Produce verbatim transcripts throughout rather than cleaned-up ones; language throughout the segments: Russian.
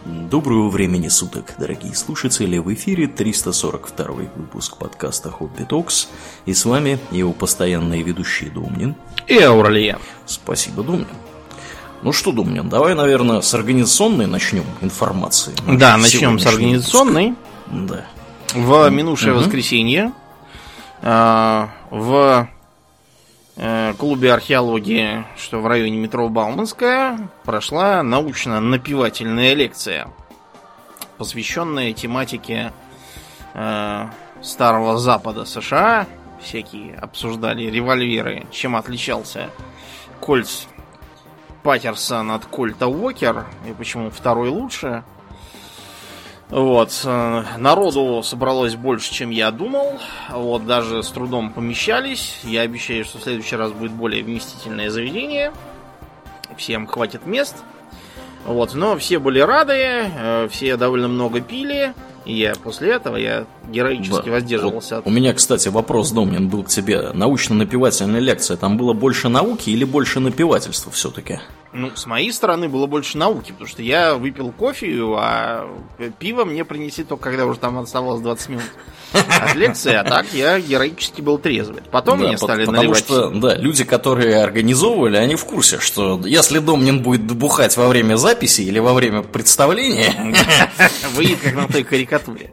Доброго времени суток, дорогие слушатели, в эфире триста сорок второй выпуск подкаста Hobby Talks, и с вами его постоянные ведущие Домнин и Ауралия. Спасибо, Домнин. Ну что, Домнин, давай, наверное, с организационной начнем информации. Да, начнем с организационной. Да. В минувшее угу. воскресенье э, в э, клубе археологии, что в районе метро Бауманская, прошла научно-напевательная лекция, посвященная тематике э, Старого Запада США. Всякие обсуждали револьверы, чем отличался Кольт Паттерсон от Кольта Уокер, и почему второй лучше. Вот. Народу собралось больше, чем я думал. Вот, даже с трудом помещались. Я обещаю, что в следующий раз будет более вместительное заведение. Всем хватит мест. Вот. Но все были рады, все довольно много пили. И я после этого я героически да. воздерживался. Вот от... У меня, кстати, вопрос, Домнин, был к тебе. Научно-напевательная лекция, там было больше науки или больше напевательства все-таки? Ну, с моей стороны было больше науки, потому что я выпил кофе, а пиво мне принесли только когда уже там оставалось двадцать минут от лекции, а так я героически был трезвый. Потом да, мне стали потому наливать... Потому что, да, люди, которые организовывали, они в курсе, что если Домнин будет бухать во время записи или во время представления... Выйдет как на той карикатуре.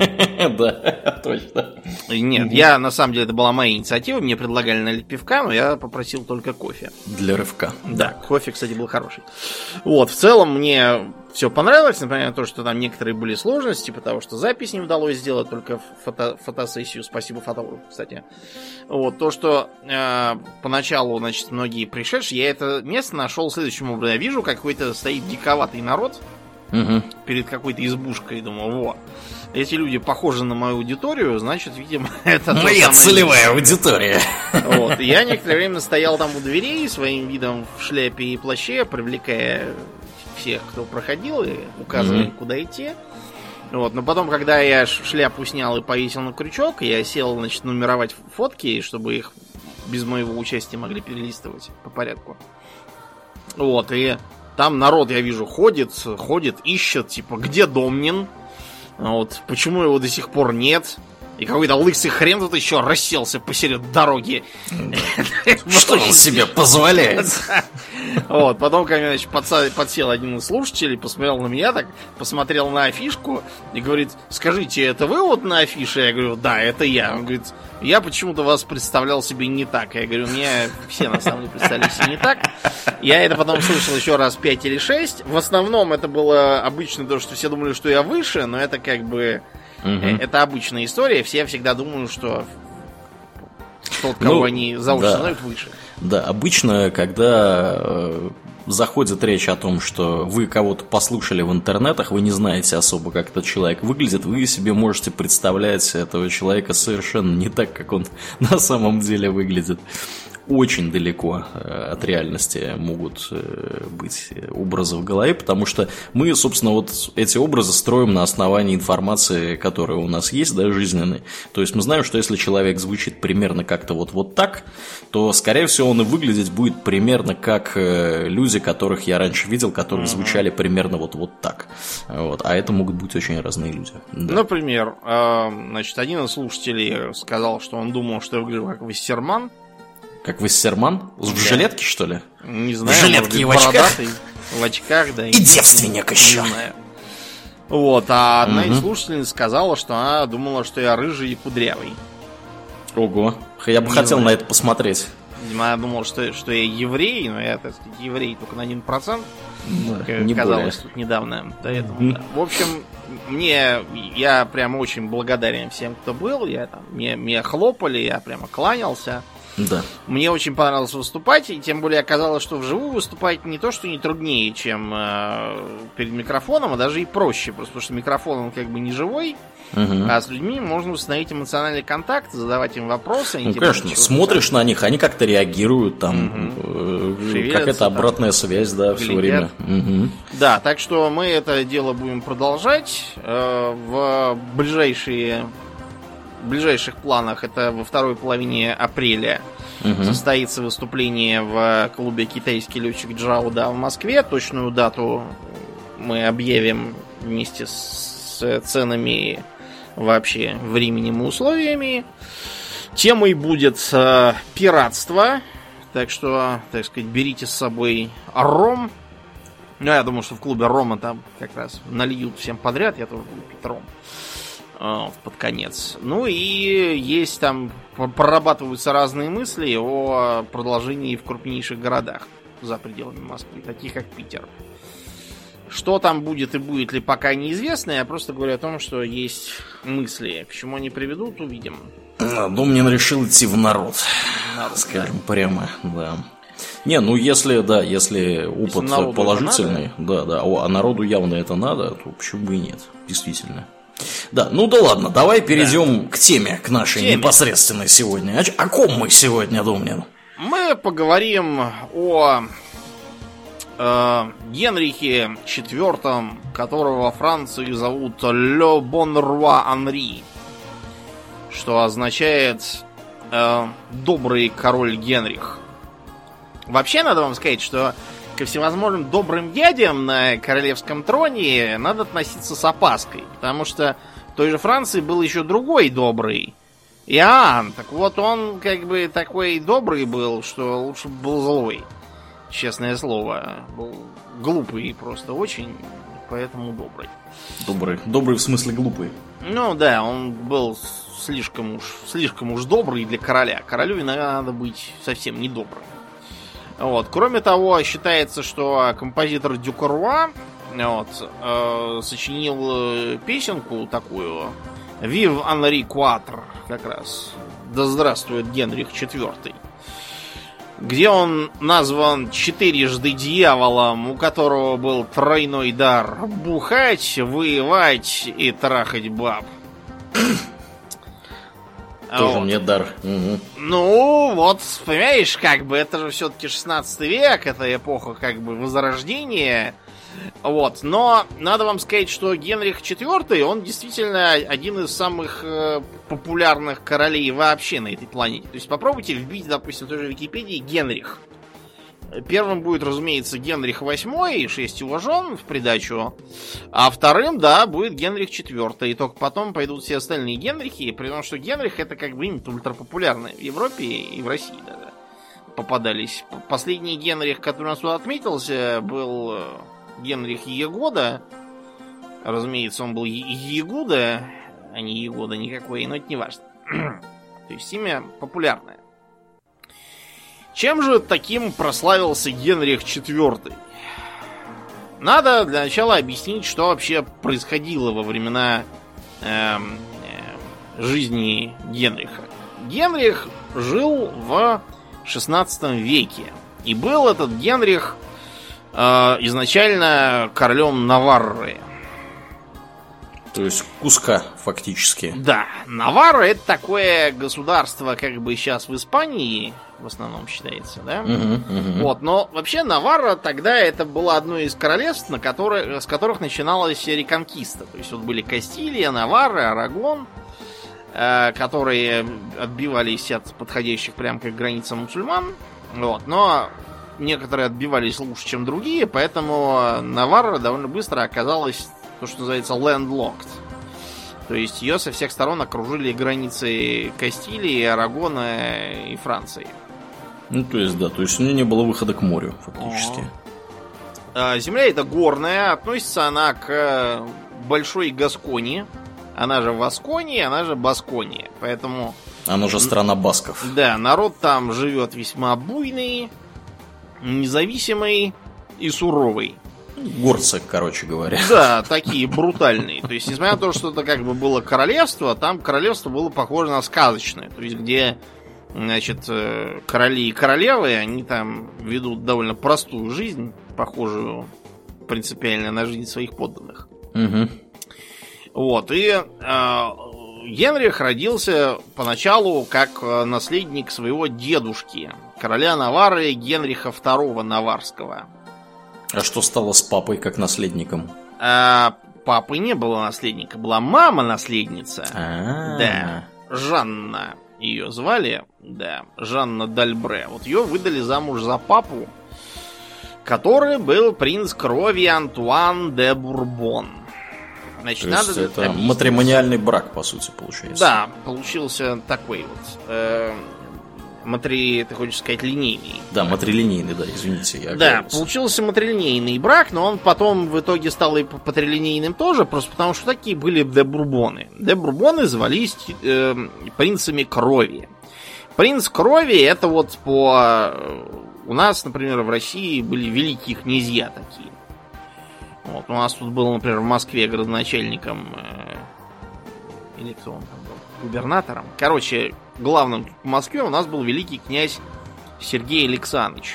Да, точно. Нет, я, на самом деле, это была моя инициатива, мне предлагали налить пивка, но я попросил только кофе. Для рывка. Да, кофе, кстати, был хороший. Вот, в целом мне все понравилось, например, то, что там некоторые были сложности, потому что запись не удалось сделать, только фото фотосессию, спасибо фотографу, кстати. Вот, то, что э, поначалу, значит, многие пришедшие, я это место нашел следующим образом. Я вижу, какой-то стоит диковатый народ угу. перед какой-то избушкой, думаю, во, эти люди похожи на мою аудиторию, значит, видимо, это... Моя целевая аудитория. Вот, я некоторое время стоял там у дверей своим видом в шляпе и плаще, привлекая всех, кто проходил, и указывая, mm-hmm. куда идти. Вот, но потом, когда я шляпу снял и повесил на крючок, я сел, значит, нумеровать фотки, чтобы их без моего участия могли перелистывать по порядку. Вот, и там народ, я вижу, ходит, ходит, ищет, типа, где Домнин? Вот, почему его до сих пор нет? И какой-то лысый хрен тут еще расселся посеред дороги. Что он себе позволяет? Вот, потом ко мне, значит, подсел один из слушателей, посмотрел на меня так, посмотрел на афишку и говорит: скажите, это вы вот на афише? Я говорю, да, это я. Он говорит, я почему-то вас представлял себе не так. Я говорю, меня все на самом деле представляли себе не так. Я это потом слышал еще раз пять или шесть. В основном это было обычно то, что все думали, что я выше, но это как бы... Угу. Это обычная история. Все всегда думают, что тот, кого ну, они за уши да. знают, выше. Да, обычно, когда э, заходит речь о том, что вы кого-то послушали в интернетах, вы не знаете особо, как этот человек выглядит, вы себе можете представлять этого человека совершенно не так, как он на самом деле выглядит. Очень далеко от реальности могут быть образы в голове, потому что мы, собственно, вот эти образы строим на основании информации, которая у нас есть, да, жизненной. То есть мы знаем, что если человек звучит примерно как-то вот, вот так, то, скорее всего, он и выглядеть будет примерно как люди, которых я раньше видел, которые mm-hmm. звучали примерно вот, вот так. Вот. А это могут быть очень разные люди. Да. Например, значит, один из слушателей сказал, что он думал, что я выгляжу как Вассерман. Как Вассерман? В да. жилетке, что ли? Не знаю. В жилетке и в очках? В очках, да. И, и девственник еще. Не знаю. Вот, а одна угу. из слушательниц сказала, что она думала, что я рыжий и кудрявый. Ого. Я бы не хотел знаю. на это посмотреть. Видимо, она думала, что, что я еврей, но я, так сказать, еврей только на один процент. Да, как не казалось более. Тут недавно. До этого, угу. да. В общем, мне я прям очень благодарен всем, кто был. Я, там, мне, мне хлопали, я прямо кланялся. Да. Мне очень понравилось выступать, и тем более оказалось, что вживую выступать не то, что не труднее, чем э, перед микрофоном, а даже и проще, просто потому что микрофон, он как бы не живой, угу. а с людьми можно установить эмоциональный контакт, задавать им вопросы. Ну, конечно, смотришь на них, они как-то реагируют, там угу. э, какая-то обратная там, связь, да, все время. Угу. Да, так что мы это дело будем продолжать э, в ближайшие... В ближайших планах это во второй половине апреля угу. состоится выступление в клубе «Китайский летчик Джауда» в Москве. Точную дату мы объявим вместе с ценами вообще, временем и условиями. Темой будет э, пиратство. Так что, так сказать, берите с собой ром. Ну, я думаю, что в клубе рома там как раз нальют всем подряд. Я тоже буду пить ром э, под конец. Ну и есть там, прорабатываются разные мысли о продолжении в крупнейших городах за пределами Москвы, таких как Питер. Что там будет и будет ли, пока неизвестно. Я просто говорю о том, что есть мысли. К чему они приведут, увидим. Домнин решил идти в народ, народ скажем да. прямо, да. Не, ну если, да, если опыт если положительный, да, да, а народу явно это надо, то почему бы и нет, действительно. Да, ну да ладно, давай перейдем да. к теме, к нашей теме. Непосредственной сегодня. О, о ком мы сегодня, Домнин? Мы поговорим о э, Генрихе четвёртом, которого во Франции зовут Ле Бон Руа Анри, что означает э, «добрый король Генрих». Вообще, надо вам сказать, что ко всевозможным добрым дядям на королевском троне надо относиться с опаской, потому что в той же Франции был еще другой добрый Иоанн. Так вот, он как бы такой добрый был, что лучше бы был злой. Честное слово. Был глупый просто очень, поэтому добрый. Добрый. Добрый в смысле глупый. Ну да, он был слишком уж, слишком уж добрый для короля. Королю иногда надо быть совсем не добрым. Вот. Кроме того, считается, что композитор Дюкруа вот, э, сочинил песенку такую «Вив Анри Куатр», как раз «Да здравствует Генрих четвёртый», где он назван четырежды дьяволом, у которого был тройной дар: бухать, воевать и трахать баб. Тоже вот. Мне дар. Угу. Ну, вот, понимаешь, как бы это же все-таки шестнадцатый век, это эпоха как бы Возрождения. Вот, но надо вам сказать, что Генрих четвёртый, он действительно один из самых э, популярных королей вообще на этой планете. То есть попробуйте вбить, допустим, в той же Википедии Генрих. Первым будет, разумеется, Генрих восьмой, шесть его жен в придачу. А вторым, да, будет Генрих четвёртый. И только потом пойдут все остальные Генрихи. При том, что Генрих это как бы имя ультрапопулярное в Европе и в России даже попадались. Последний Генрих, который у нас тут отметился, был Генрих Егода. Разумеется, он был Егуда, а не Егода никакой, но это не важно. То есть имя популярное. Чем же таким прославился Генрих четвёртый? Надо для начала объяснить, что вообще происходило во времена э, э, жизни Генриха. Генрих жил в шестнадцатом веке. И был этот Генрих э, изначально королем Наварры. То есть куска, фактически. Да, Наварра это такое государство, как бы сейчас в Испании в основном считается, да? Uh-huh, uh-huh. Вот, но вообще Наварра тогда это было одно из королевств, на которое, с которых начиналась реконкиста. То есть вот были Кастилия, Наварра, Арагон, э, которые отбивались от подходящих прям к границам мусульман. Вот, но некоторые отбивались лучше, чем другие, поэтому Наварра довольно быстро оказалась то, что называется landlocked. То есть ее со всех сторон окружили границы Кастилии, Арагона и Франции. Ну, то есть, да, то есть у нее не было выхода к морю, фактически. Земля эта горная, относится она к Большой Гасконии. Она же Васкония, она же Баскония. Поэтому... Она же страна басков. Да, народ там живет весьма буйный, независимый и суровый. Горцы, короче говоря. Да, такие брутальные. То есть, несмотря на то, что это как бы было королевство, там королевство было похоже на сказочное. То есть, где, значит, короли и королевы, они там ведут довольно простую жизнь, похожую принципиально на жизнь своих подданных. Угу. Вот, и э, Генрих родился поначалу как наследник своего дедушки, короля Наварры Генриха второго Наварского. А что стало с папой как наследником? А, папы не было наследника, была мама-наследница. А-а-а. Да, Жанна ее звали, да, Жанна Дальбре. Вот ее выдали замуж за папу, который был принц крови Антуан де Бурбон. Значит, То надо это объяснить. Матримониальный брак, по сути, получается. Да, получился такой вот. Э, матри, ты хочешь сказать, линейный. Да, матрилинейный, да, извините. Я да, оказался. Получился матрилинейный брак, но он потом в итоге стал и патрилинейным тоже, просто потому что такие были де Бурбоны. Де Бурбоны звались э, принцами крови. Принц крови, это вот по... У нас, например, в России были великие князья такие. Вот, у нас тут был, например, в Москве градоначальником, э, или кто он там был, губернатором. Короче, главным в Москве у нас был великий князь Сергей Александрович.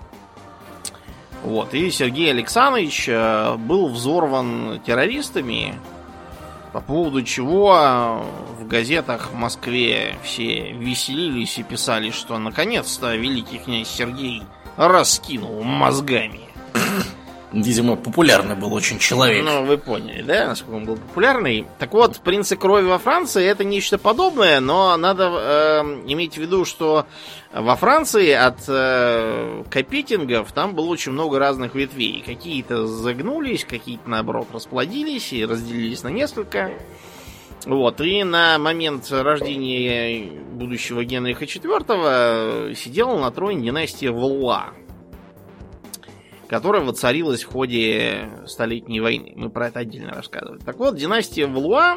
Вот, и Сергей Александрович э, был взорван террористами, по поводу чего в газетах в Москве все веселились и писали, что наконец-то великий князь Сергей раскинул мозгами. Видимо, популярный был очень человек. Ну, вы поняли, да, насколько он был популярный. Так вот, принцы крови во Франции это нечто подобное, но надо э, иметь в виду, что во Франции от э, капетингов там было очень много разных ветвей. Какие-то загнулись, какие-то, наоборот, расплодились и разделились на несколько. Вот, и на момент рождения будущего Генриха четвёртого сидела на троне династия Валуа, которая воцарилась в ходе Столетней войны. Мы про это отдельно рассказывали. Так вот, династия Валуа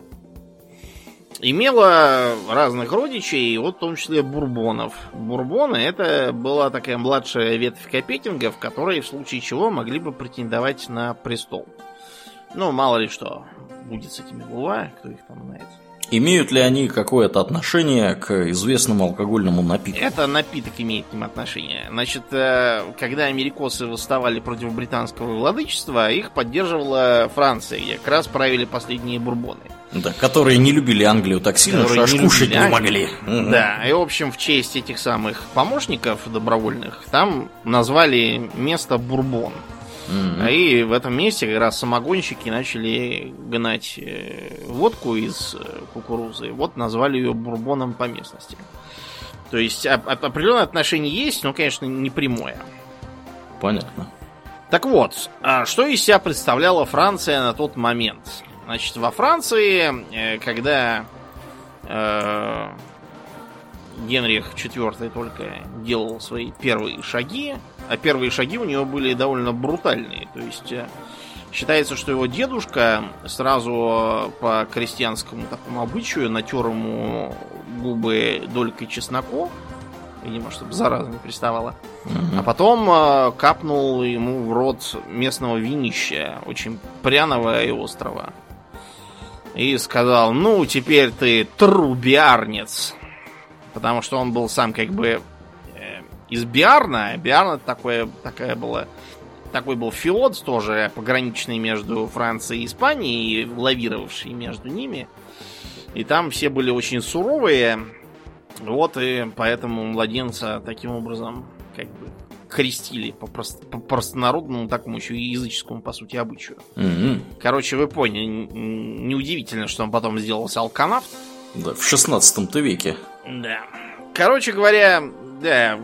имела разных родичей, вот в том числе бурбонов. Бурбоны — это была такая младшая ветвь капетингов, которые в случае чего могли бы претендовать на престол. Ну, мало ли что будет с этими Валуа, кто их там знает. Имеют ли они какое-то отношение к известному алкогольному напитку? Это напиток имеет к ним отношение. Значит, когда америкосы восставали против британского владычества, их поддерживала Франция, где как раз правили последние бурбоны. Да, которые не любили Англию так сильно, что аж кушать не могли. Да, и в общем в честь этих самых помощников добровольных там назвали место Бурбон. Mm-hmm. И в этом месте как раз самогонщики начали гнать водку из кукурузы. Вот назвали ее бурбоном по местности. То есть определенное отношение есть, но, конечно, не прямое. Понятно. Так вот, что из себя представляла Франция на тот момент? Значит, во Франции, когда э, Генрих четвёртый только делал свои первые шаги, а первые шаги у него были довольно брутальные. То есть считается, что его дедушка сразу по крестьянскому такому обычаю натер ему губы долькой чесноку, видимо, чтобы зараза не приставала. Mm-hmm. А потом э, капнул ему в рот местного винища, очень пряного и острого. И сказал: ну, теперь ты трубиарнец. Потому что он был сам как бы э, из Биарна. Биарн такое, такая была, такой был феод тоже пограничный между Францией и Испанией, лавировавший между ними. И там все были очень суровые. Вот и поэтому младенца таким образом как бы крестили по, прост, по простонародному, такому еще и языческому, по сути, обычаю. Mm-hmm. Короче, вы поняли, неудивительно, что он потом сделался алканавт. Да, в шестнадцатом-то веке. Да. Короче говоря, да,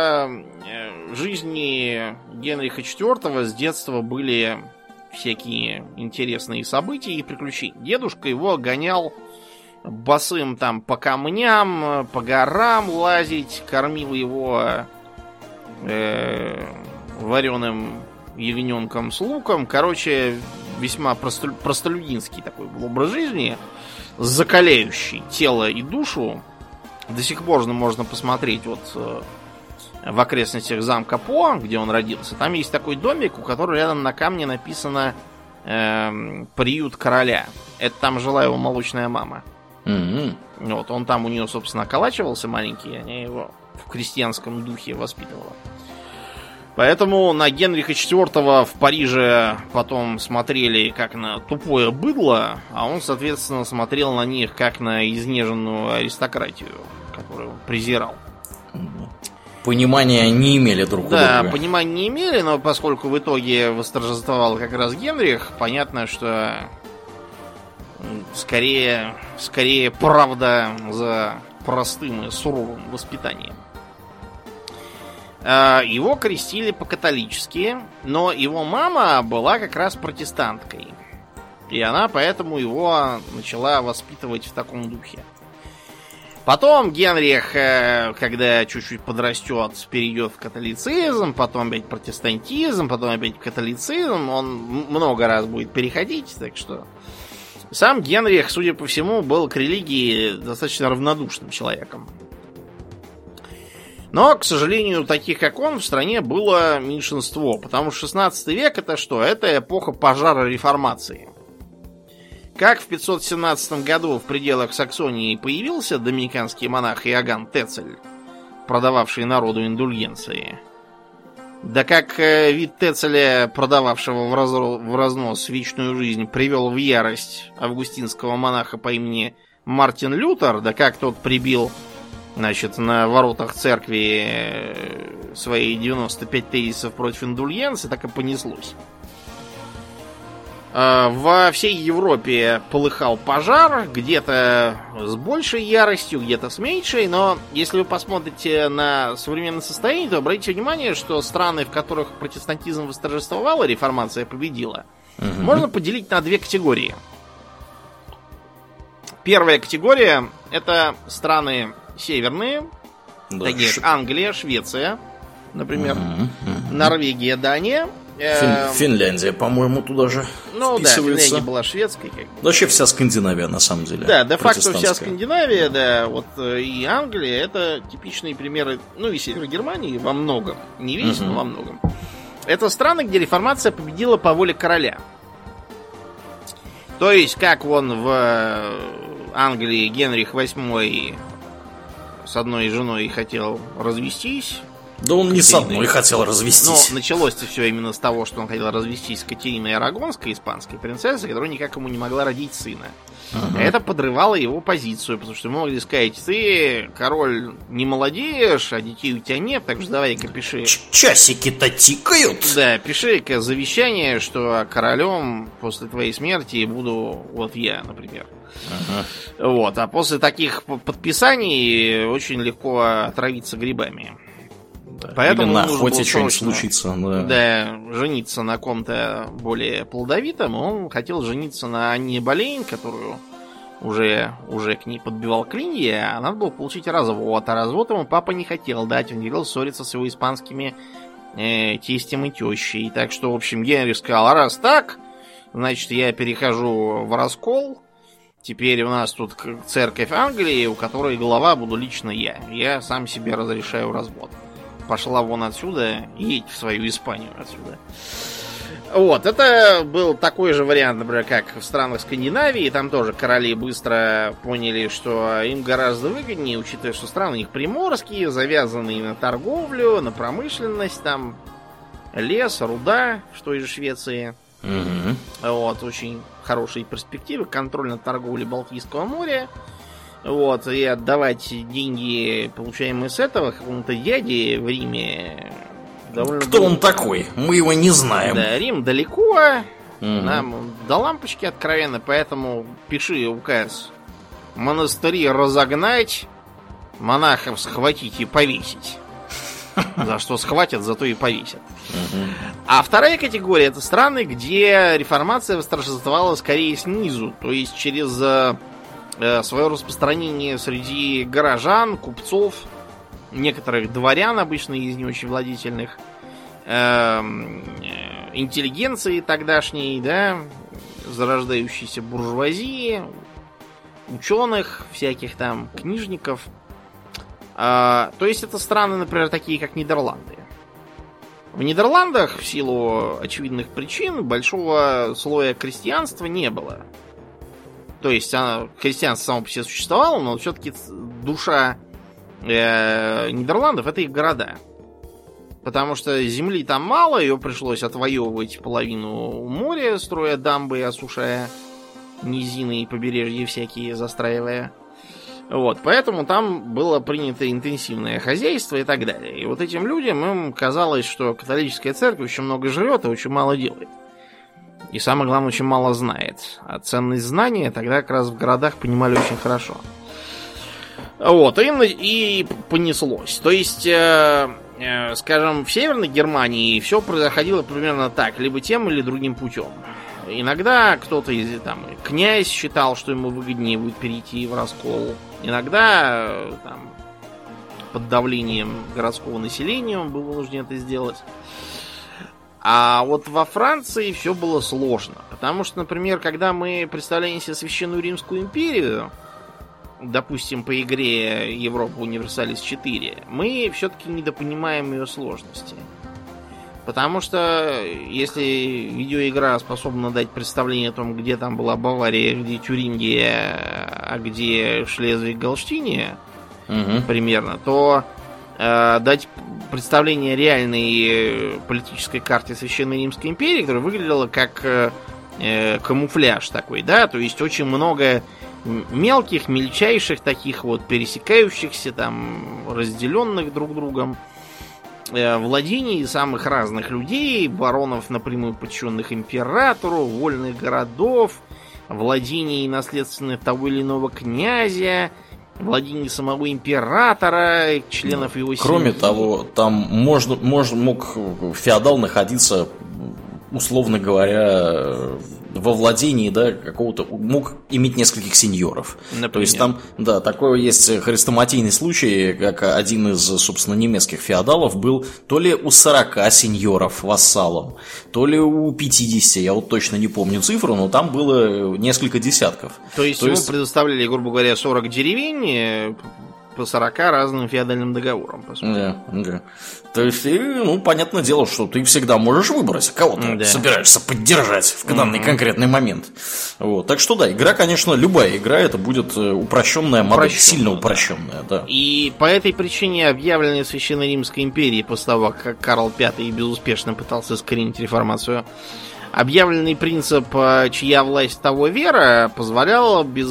в жизни Генриха четвёртого с детства были всякие интересные события и приключения. Дедушка его гонял босым там по камням, по горам лазить, кормил его э, вареным ягненком с луком. Короче, весьма простолю- простолюдинский такой был образ жизни, закаляющий тело и душу. До сих пор можно посмотреть вот э, в окрестностях замка По, где он родился. Там есть такой домик, у которого рядом на камне написано э, «Приют короля». Это там жила его молочная мама. Mm-hmm. Вот, он там у нее, собственно, околачивался маленький, она его в крестьянском духе воспитывала. Поэтому на Генриха четвёртого в Париже потом смотрели как на тупое быдло, а он, соответственно, смотрел на них как на изнеженную аристократию, которую он презирал. Понимания не имели друг у друга. Да, понимания не имели, но поскольку в итоге восторжествовал как раз Генрих, понятно, что скорее, скорее правда за простым и суровым воспитанием. Его крестили по-католически, но его мама была как раз протестанткой. И она поэтому его начала воспитывать в таком духе. Потом Генрих, когда чуть-чуть подрастет, перейдет в католицизм, потом опять протестантизм, потом опять католицизм. Он много раз будет переходить, так что... Сам Генрих, судя по всему, был к религии достаточно равнодушным человеком. Но, к сожалению, таких, как он, в стране было меньшинство. Потому что шестнадцатый век это что? Это эпоха пожара реформации. Как в пятьсот семнадцатом году в пределах Саксонии появился доминиканский монах Иоганн Тецель, продававший народу индульгенции. Да как вид Тецеля, продававшего в, разро... в разнос вечную жизнь, привел в ярость августинского монаха по имени Мартин Лютер, да как тот прибил, значит, на воротах церкви свои девяносто пять тезисов против индульгенции, так и понеслось. Во всей Европе полыхал пожар, где-то с большей яростью, где-то с меньшей, но если вы посмотрите на современное состояние, то обратите внимание, что страны, в которых протестантизм восторжествовал, реформация победила, угу. можно поделить на две категории. Первая категория — это страны северные, да, такие как Англия, Швеция, например, угу, угу. Норвегия, Дания. Фин, Финляндия, по-моему, туда же ну, вписывается. Ну да, Финляндия была шведской. Как бы. Вообще вся Скандинавия, на самом деле. Да, де-факто вся Скандинавия, да, вот и Англия, это типичные примеры, ну и Север Германии во многом. Не весь, uh-huh. но во многом. Это страны, где реформация победила по воле короля. То есть, как вон в Англии Генрих восьмой с одной женой хотел развестись. Да он не с одной хотел развестись. Но началось-то все именно с того, что он хотел развестись с Катериной Арагонской, испанской принцессой, которая никак ему не могла родить сына. Uh-huh. Это подрывало его позицию, потому что ему могли сказать: ты, король, не молодеешь, а детей у тебя нет, так что давай-ка пиши. Часики-то тикают. Да, пиши-ка завещание, что королем после твоей смерти буду вот я, например. Uh-huh. Вот, а после таких подписаний очень легко отравиться грибами. Поэтому или на охоте что-нибудь случится. Да. да, жениться на ком-то более плодовитом. Он хотел жениться на Анне Болейн, которую уже, уже к ней подбивал клинья, а надо было получить развод. А развод ему папа не хотел дать. Он не хотел ссориться с его испанскими э, тестем и тещей. Так что, в общем, Генрих сказал: а раз так, значит, я перехожу в раскол. Теперь у нас тут церковь Англии, у которой глава буду лично я. Я сам себе разрешаю развод. Пошла вон отсюда, едь в свою Испанию отсюда. Вот, это был такой же вариант, например, как в странах Скандинавии. Там тоже короли быстро поняли, что им гораздо выгоднее, учитывая, что страны у них приморские, завязанные на торговлю, на промышленность, там лес, руда в той же Швеции. Mm-hmm. Вот, очень хорошие перспективы, контроль над торговлей Балтийского моря. Вот, и отдавать деньги, получаемые с этого, какому-то дяде в Риме, довольно... Кто он такой? Мы его не знаем. Да, Рим далеко, угу. Нам до лампочки откровенно, поэтому пиши указ: монастыри разогнать, монахов схватить и повесить. За что схватят, зато и повесят. А вторая категория — это страны, где реформация восторжествовала скорее снизу, то есть через... свое распространение среди горожан, купцов, некоторых дворян, обычно из не очень владетельных, э, интеллигенции тогдашней, да, зарождающейся буржуазии, ученых, всяких там книжников. Э, то есть это страны, например, такие как Нидерланды. В Нидерландах, в силу очевидных причин, большого слоя крестьянства не было. То есть она, христианство само по себе существовало, но все-таки душа э, Нидерландов — это их города. Потому что земли там мало, ее пришлось отвоевывать половину моря, строя дамбы и осушая низины и побережья всякие, застраивая. Вот, поэтому там было принято интенсивное хозяйство и так далее. И вот этим людям им казалось, что католическая церковь очень много жрет и очень мало делает. И самое главное, очень мало знает. А ценность знания тогда как раз в городах понимали очень хорошо. Вот, и, и понеслось. То есть, э, э, скажем, в Северной Германии все происходило примерно так, либо тем или другим путем. Иногда кто-то из там князь считал, что ему выгоднее будет перейти в раскол. Иногда там, под давлением городского населения он был вынужден это сделать. А вот во Франции все было сложно. Потому что, например, когда мы представляем себе Священную Римскую империю, допустим, по игре Европа Универсалис четыре, мы все-таки недопонимаем ее сложности. Потому что если видеоигра способна дать представление о том, где там была Бавария, где Тюрингия, а где Шлезвиг-Голштиния, угу. примерно, то э, дать представление реальной политической карте Священной Римской империи, которая выглядела как э, камуфляж такой, да, то есть очень много мелких, мельчайших таких вот пересекающихся, там, разделенных друг другом владений самых разных людей, баронов, напрямую подчиненных императору, вольных городов, владений наследственных того или иного князя, владений самого императора, членов его семьи. Кроме того, там можно, можно, мог феодал находиться, условно говоря, во владении, да, какого-то, мог иметь нескольких сеньоров. Например. То есть там, да, такой есть хрестоматийный случай, как один из, собственно, немецких феодалов был то ли у сорока сеньоров вассалом, то ли у пятидесяти, я вот точно не помню цифру, но там было несколько десятков. То есть то ему есть... предоставляли, грубо говоря, сорок деревень по сорока разным феодальным договорам, по сути. Да, да. То есть, ну, понятное дело, что ты всегда можешь выбрать, кого ты да. собираешься поддержать в данный mm-hmm. конкретный момент. Вот. Так что да, игра, конечно, любая игра, это будет упрощенная модель, сильно упрощенная, да. да. И по этой причине объявленная Священной Римской империей после того, как Карл Пятый безуспешно пытался искоренить реформацию, объявленный принцип «чья власть, того вера» позволял без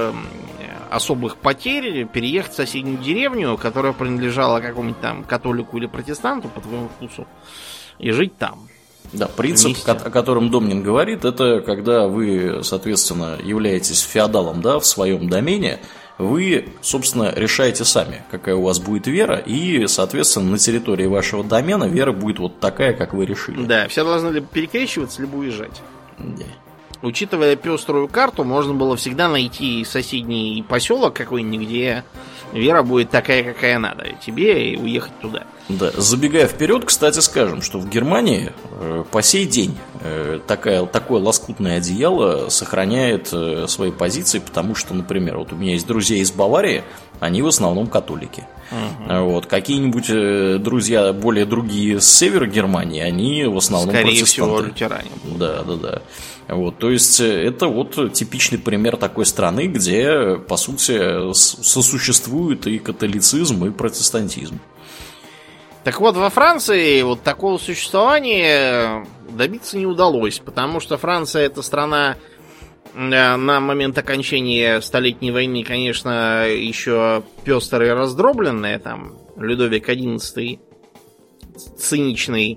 особых потерь переехать в соседнюю деревню, которая принадлежала какому-нибудь там католику или протестанту, по твоему вкусу, и жить там. Да, принцип, вместе. О котором Домнин говорит, это когда вы, соответственно, являетесь феодалом, да, в своем домене, вы, собственно, решаете сами, какая у вас будет вера, и, соответственно, на территории вашего домена вера будет вот такая, как вы решили. Да, все должны либо перекрещиваться, либо уезжать. Да. Учитывая пеструю карту, можно было всегда найти соседний поселок какой-нибудь, где вера будет такая, какая надо тебе, и уехать туда. Да, забегая вперед, кстати, скажем, что в Германии э, по сей день э, такая, такое лоскутное одеяло сохраняет э, свои позиции, потому что, например, вот у меня есть друзья из Баварии, они в основном католики. Uh-huh. Вот, какие-нибудь э, друзья более другие с севера Германии, они в основном скорее протестанты. Всего, лютеране. Да, да, да. Вот, то есть это вот типичный пример такой страны, где, по сути, сосуществует и католицизм, и протестантизм. Так вот, во Франции вот такого существования добиться не удалось, потому что Франция — это страна на момент окончания Столетней войны, конечно, еще пестрая и раздробленная. Там Людовик одиннадцатый, циничный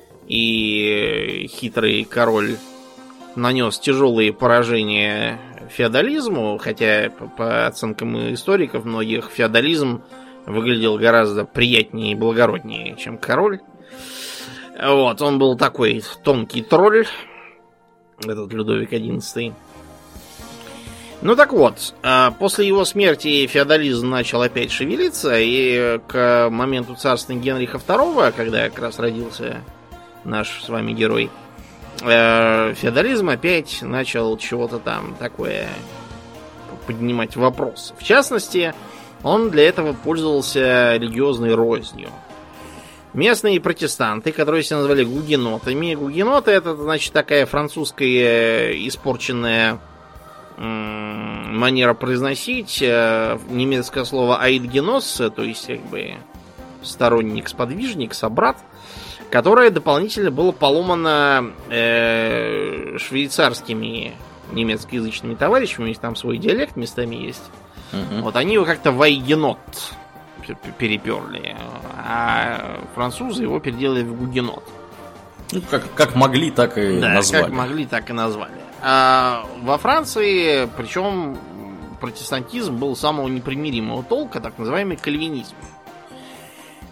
и хитрый король, нанес тяжелые поражения феодализму, хотя, по оценкам историков многих, феодализм выглядел гораздо приятнее и благороднее, чем король. Вот, он был такой тонкий тролль, этот Людовик одиннадцатый. Ну так вот, после его смерти феодализм начал опять шевелиться, и к моменту царствования Генриха второго, когда как раз родился наш с вами герой, феодализм опять начал чего-то там такое поднимать вопрос. В частности, он для этого пользовался религиозной рознью. Местные протестанты, которые себя назвали гугенотами. Гугеноты — это, значит, такая французская испорченная м- манера произносить немецкое слово «айдгеноссе», то есть, как бы, сторонник, сподвижник, собрат, которое дополнительно было поломано э, швейцарскими немецкоязычными товарищами. У них там свой диалект местами есть. Uh-huh. Вот они его как-то в айгенот переперли, а французы его переделали в гугенот. Ну, как, как могли, так и да, назвали. как могли, так и назвали. А во Франции, причем, протестантизм был самого непримиримого толка, так называемый кальвинизм.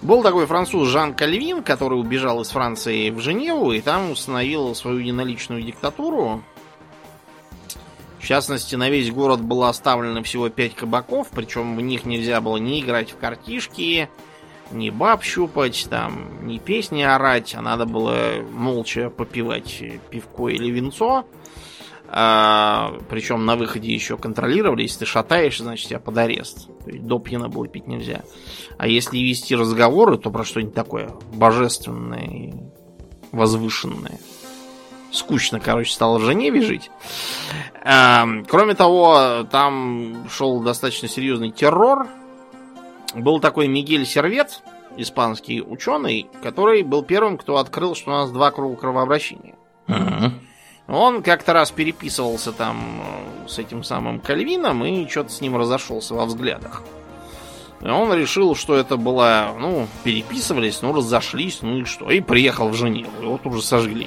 Был такой француз Жан Кальвин, который убежал из Франции в Женеву и там установил свою единоличную диктатуру. В частности, на весь город было оставлено всего пять кабаков, причем в них нельзя было ни играть в картишки, ни баб щупать, там, ни песни орать, а надо было молча попивать пивко или винцо. А, причем на выходе еще контролировали, если ты шатаешься, значит тебя под арест. То есть до пьяна было пить нельзя. А если вести разговоры, то про что-нибудь такое божественное и возвышенное. Скучно, короче, стало в Женеве жить. А, кроме того, там шел достаточно серьезный террор. Был такой Мигель Сервет, испанский ученый, который был первым, кто открыл, что у нас два круга кровообращения. Uh-huh. Он как-то раз переписывался там с этим самым Кальвином и что-то с ним разошелся во взглядах. И он решил, что это было, ну, переписывались, ну, разошлись, ну и что. И приехал в Женеву, и вот уже сожгли.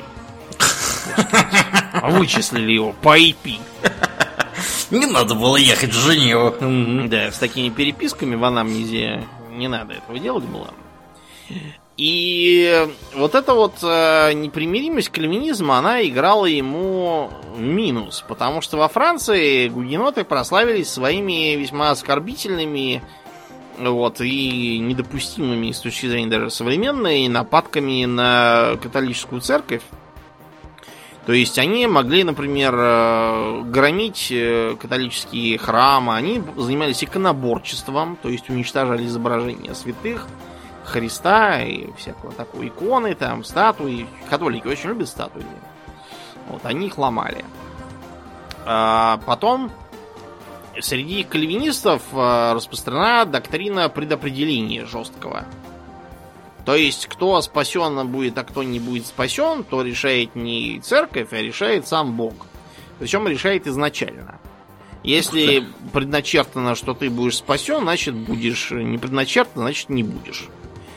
Вычислили его по ай пи. Не надо было ехать в Женеву. Да, с такими переписками в анамнезе не надо этого делать было. И вот эта вот э, непримиримость кальвинизма, она играла ему в минус. Потому что во Франции гугеноты прославились своими весьма оскорбительными вот, и недопустимыми с точки зрения даже современной нападками на католическую церковь. То есть они могли, например, громить католические храмы, они занимались иконоборчеством, то есть уничтожали изображения святых, Христа и всякого такого, иконы, там, статуи. Католики очень любят статуи. Вот, они их ломали. А потом среди кальвинистов распространена доктрина предопределения жесткого. То есть, кто спасен будет, а кто не будет спасен, то решает не церковь, а решает сам Бог. Причем решает изначально. Если предначертано, что ты будешь спасен, значит будешь. Не предначертано, значит не будешь.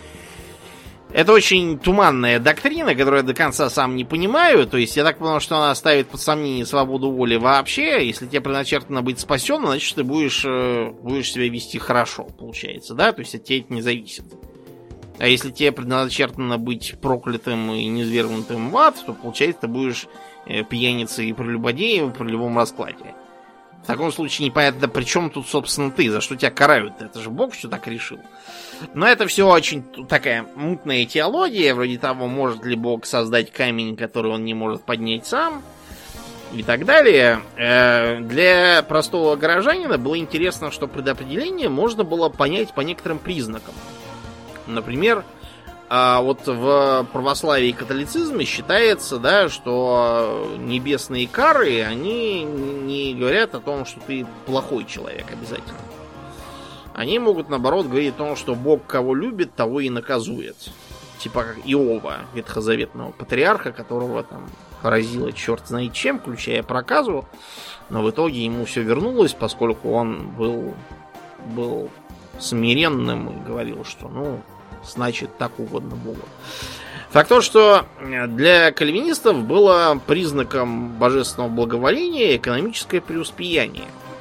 Это очень туманная доктрина, которую я до конца сам не понимаю. То есть, я так понял, что она ставит под сомнение свободу воли вообще. Если тебе предначертано быть спасен, значит ты будешь, будешь себя вести хорошо, получается, да? То есть, от тебя это не зависит. А если тебе предначертано быть проклятым и низвергнутым в ад, то, получается, ты будешь пьяницей и прелюбодеем при любом раскладе. В таком случае непонятно, да при чем тут, собственно, ты? За что тебя карают? Это же Бог все так решил. Но это все очень такая мутная теология, вроде того, может ли Бог создать камень, который он не может поднять сам, и так далее. Для простого горожанина было интересно, что предопределение можно было понять по некоторым признакам. Например, вот в православии и католицизме считается, да, что небесные кары, они не говорят о том, что ты плохой человек обязательно. Они могут, наоборот, говорить о том, что Бог кого любит, того и наказует. Типа как Иова, ветхозаветного патриарха, которого там поразило черт знает чем, включая проказу. Но в итоге ему все вернулось, поскольку он был, был смиренным и говорил, что, ну, значит, так угодно Богу. Факт то, что для кальвинистов было признаком божественного благоволения экономическое преуспеяние.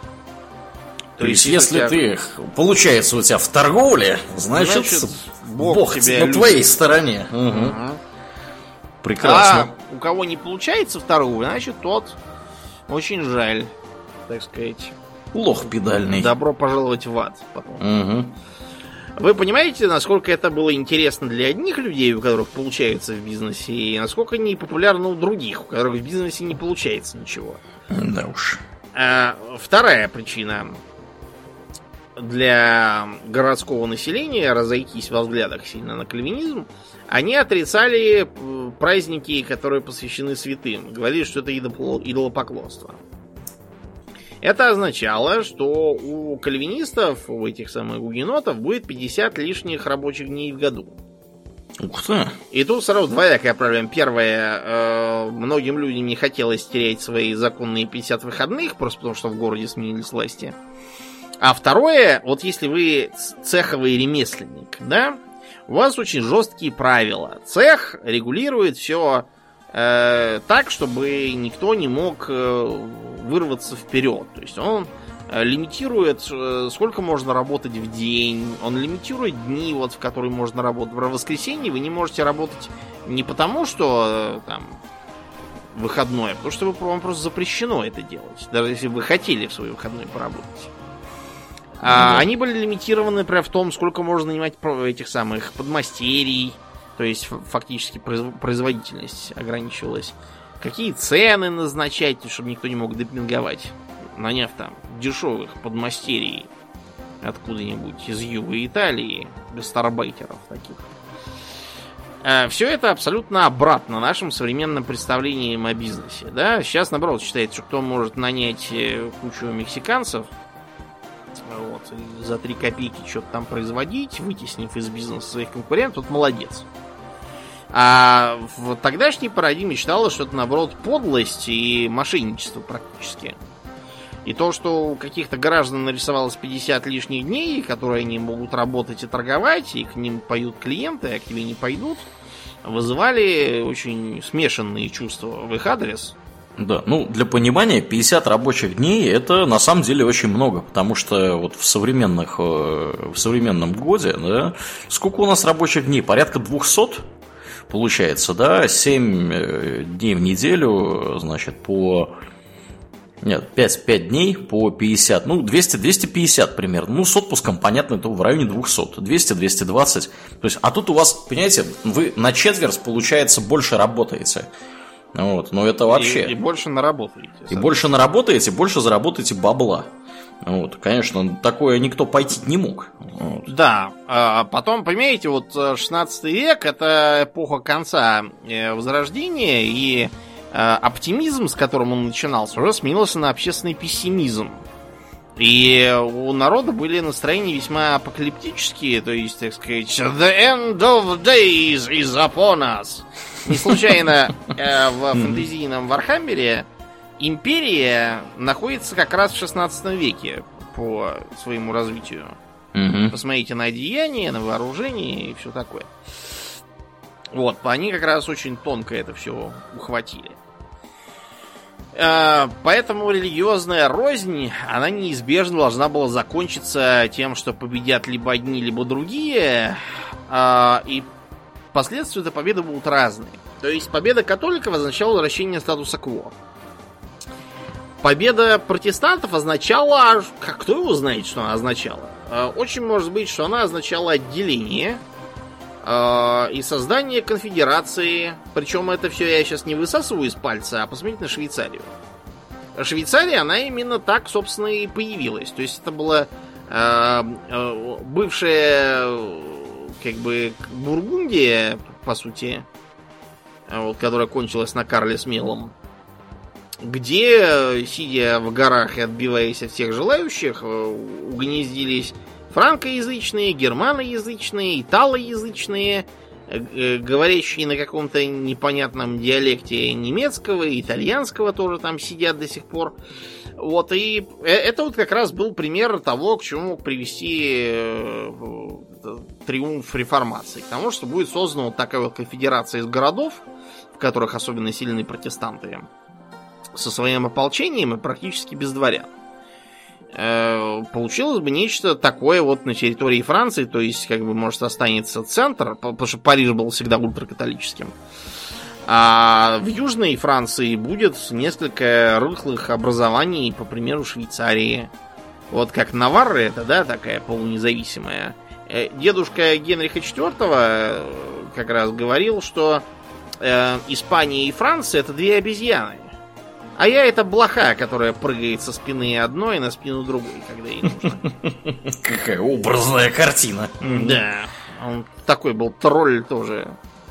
То, То есть, если тебя... ты, получается, у тебя в торговле, значит, значит Бог, Бог тебя на любит. Твоей стороне. Угу. Угу. Прекрасно. А у кого не получается в торговле, значит, тот очень жаль, так сказать. Лох педальный. Добро пожаловать в ад потом. Угу. Вы понимаете, насколько это было интересно для одних людей, у которых получается в бизнесе, и насколько не популярно у других, у которых в бизнесе не получается ничего. Да уж. А, вторая причина для городского населения разойтись во взглядах сильно на кальвинизм. Они отрицали праздники, которые посвящены святым. Говорили, что это идолопоклонство. Это означало, что у кальвинистов, у этих самых гугенотов, будет пятьдесят лишних рабочих дней в году. Ух ты! И тут сразу двоякая проблема. Первое, э, многим людям не хотелось терять свои законные пятьдесят выходных, просто потому что в городе сменились власти. А второе, вот если вы цеховый ремесленник, да, у вас очень жесткие правила. Цех регулирует все э, так, чтобы никто не мог э, вырваться вперед. То есть он лимитирует, сколько можно работать в день. Он лимитирует дни, вот, в которые можно работать. В воскресенье вы не можете работать не потому, что там выходной, а потому что вам просто запрещено это делать. Даже если вы хотели в свой выходной поработать. А mm-hmm. они были лимитированы, например, в том, сколько можно нанимать этих самых подмастерий. То есть фактически производительность ограничивалась. Какие цены назначать, чтобы никто не мог демпинговать, наняв там дешевых подмастерий откуда-нибудь из юга Италии, гастарбайтеров таких. Все это абсолютно обратно нашим современным представлениям о бизнесе. Да? Сейчас, наоборот, считается, что кто может нанять кучу мексиканцев, вот, и за три копейки что-то там производить, вытеснив из бизнеса своих конкурентов, тот молодец. А в тогдашней парадигме считалось, что это, наоборот, подлость и мошенничество практически. И то, что у каких-то граждан нарисовалось пятьдесят лишних дней, которые они могут работать и торговать, и к ним пойдут клиенты, а к тебе не пойдут, вызывали очень смешанные чувства в их адрес. Да, ну для понимания, пятьдесят рабочих дней это на самом деле очень много, потому что вот в современных, в современном годе, да, сколько у нас рабочих дней? Порядка двухсот, получается, да, семь дней в неделю, значит, по... Нет, пять, пять дней по пятьдесят, ну, двести, двести пятьдесят примерно. Ну, с отпуском, понятно, это в районе двухсот, двести, двести двадцать. То есть, а тут у вас, понимаете, вы на четверть, получается, больше работаете. Вот, но это вообще... И, и больше наработаете. И больше наработаете, больше заработаете бабла. Вот, конечно, такое никто пойти не мог. Вот. Да, а потом, понимаете, вот шестнадцатый век — это эпоха конца Возрождения, и оптимизм, с которым он начинался, уже сменился на общественный пессимизм. И у народа были настроения весьма апокалиптические, то есть, так сказать, the end of days is upon us. Не случайно э, в фэнтезийном Вархаммере империя находится как раз в шестнадцатом веке по своему развитию. Mm-hmm. Посмотрите на одеяние, на вооружение и все такое. Вот, они как раз очень тонко это все ухватили. Поэтому религиозная рознь, она неизбежно должна была закончиться тем, что победят либо одни, либо другие. И последствия этой победы будут разные. То есть победа католиков означала возвращение статуса кво. Победа протестантов означала... Кто его знает, что она означала? Очень может быть, что она означала отделение и создание конфедерации. Причем это все я сейчас не высасываю из пальца, а посмотрите на Швейцарию. Швейцария, она именно так, собственно, и появилась. То есть это была э, э, бывшая как бы Бургундия, по сути, вот, которая кончилась на Карле Смелом, где, сидя в горах и отбиваясь от всех желающих, угнездились франкоязычные, германоязычные, италоязычные, говорящие на каком-то непонятном диалекте немецкого, итальянского тоже там сидят до сих пор. Вот, и это вот как раз был пример того, к чему мог привести триумф реформации. К тому, что будет создана вот такая вот конфедерация из городов, в которых особенно сильны протестанты, со своим ополчением и практически без дворян. Получилось бы нечто такое вот на территории Франции, то есть, как бы, может, останется центр, потому что Париж был всегда ультракатолическим. А в Южной Франции будет несколько рыхлых образований, по примеру Швейцарии. Вот как Наварра, это, да, такая полунезависимая. Дедушка Генриха четвёртого как раз говорил, что э, Испания и Франция — это две обезьяны. А я — это блоха, которая прыгает со спины одной на спину другой, когда ей нужно. Какая образная картина. Да, он такой был тролль тоже.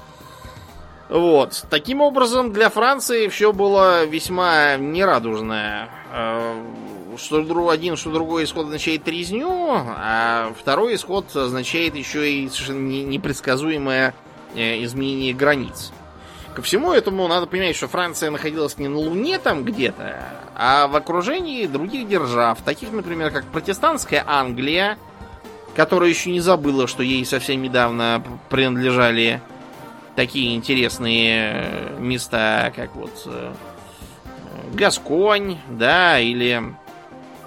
Вот. Таким образом, для Франции все было весьма нерадужное. Что один, что другой исход означает резню, а второй исход означает еще и совершенно непредсказуемое изменение границ. Ко всему этому надо понимать, что Франция находилась не на Луне там где-то, а в окружении других держав, таких, например, как протестантская Англия, которая еще не забыла, что ей совсем недавно принадлежали такие интересные места, как вот Гасконь, да, или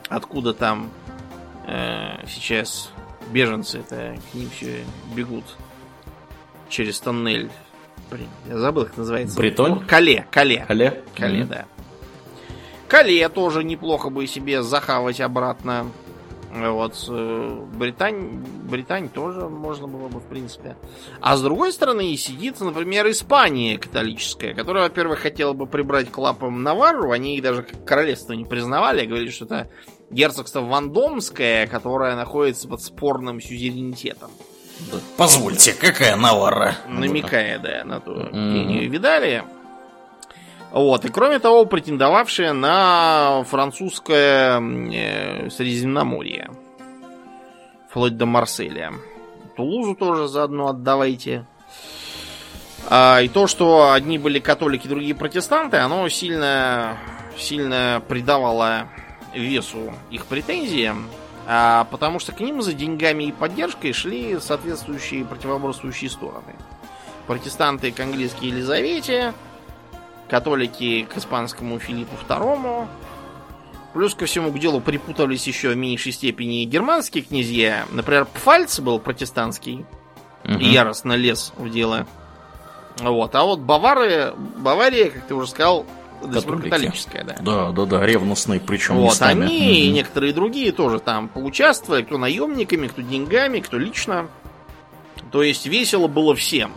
откуда там э, сейчас беженцы-то к ним все бегут через тоннель. Блин, я забыл, как называется. Бретонь? Кале, Кале. Кале? Кале, mm-hmm. да. Кале тоже неплохо бы себе захавать обратно. Вот. Британь, Британь тоже можно было бы, в принципе. А с другой стороны, сидит, например, Испания католическая, которая, во-первых, хотела бы прибрать к лапам Наварру. Они их даже как королевство не признавали. Говорили, что это герцогство Вандомское, которое находится под спорным сюзеренитетом. Да. Позвольте, какая Наварра? Намекая, да, на то, mm-hmm. где ее видали. Вот, и кроме того, претендовавшая на французское э, Средиземноморье. Вплоть до Марселя. Тулузу тоже заодно отдавайте. А, и то, что одни были католики, другие протестанты, оно сильно, сильно придавало весу их претензиям. А, потому что к ним за деньгами и поддержкой шли соответствующие противоборствующие стороны. Протестанты к английской Елизавете, католики к испанскому Филиппу второму. Плюс ко всему к делу припутались еще в меньшей степени германские князья. Например, Пфальц был протестантский угу. и яростно лез в дело. Вот. А вот Бавары, Бавария, как ты уже сказал, католическая, да. Да, да, да, ревностные, причем вот, местами. Они угу. и некоторые другие тоже там поучаствовали, кто наемниками, кто деньгами, кто лично. То есть весело было всем.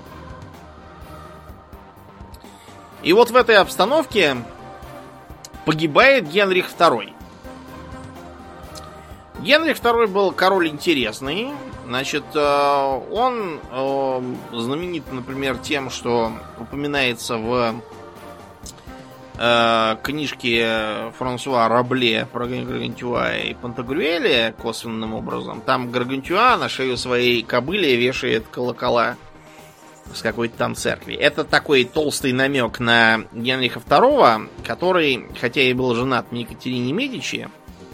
И вот в этой обстановке погибает Генрих второй. Генрих второй был король интересный. Значит, он знаменит, например, тем, что упоминается в книжке Франсуа Рабле про Гаргантюа и Пантагрюэля косвенным образом. Там Гаргантюа на шею своей кобыле вешает колокола с какой-то там церкви. Это такой толстый намек на Генриха второго, который, хотя и был женат на Екатерине Медичи,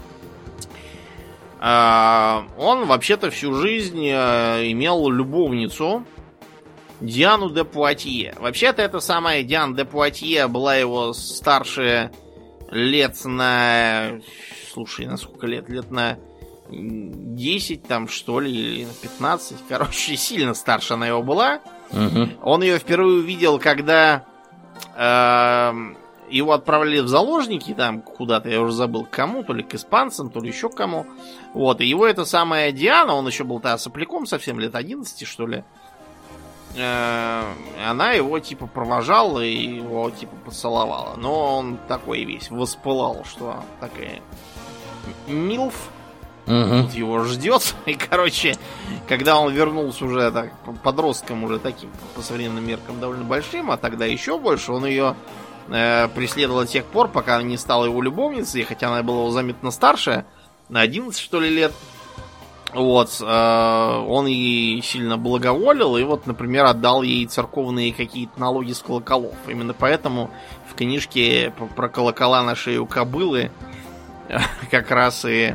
он вообще-то всю жизнь имел любовницу Диану де Пуатье. Вообще-то эта самая Диана де Пуатье была его старше лет на... Слушай, на сколько лет? Лет на десять там, что ли, или на пятнадцать. Короче, сильно старше она его была. Угу. Он ее впервые увидел, когда э, его отправили в заложники там куда-то, я уже забыл к кому, то ли к испанцам, то ли еще к кому. Вот, и его эта самая Диана, он еще был-то сопляком совсем, лет одиннадцать, что ли. Э, она его типа провожала и его типа поцеловала. Но он такой весь воспылал, что такая милф. Угу. Тут его ждет. И, короче, когда он вернулся уже так, подростком, уже таким, по современным меркам, довольно большим, а тогда еще больше, он ее э, преследовал до тех пор, пока она не стала его любовницей, хотя она была заметно старше, на одиннадцать, что ли, лет. Вот. Э, он ей сильно благоволил, и вот, например, отдал ей церковные какие-то налоги с колоколов. Именно поэтому в книжке про колокола на шею кобылы как раз и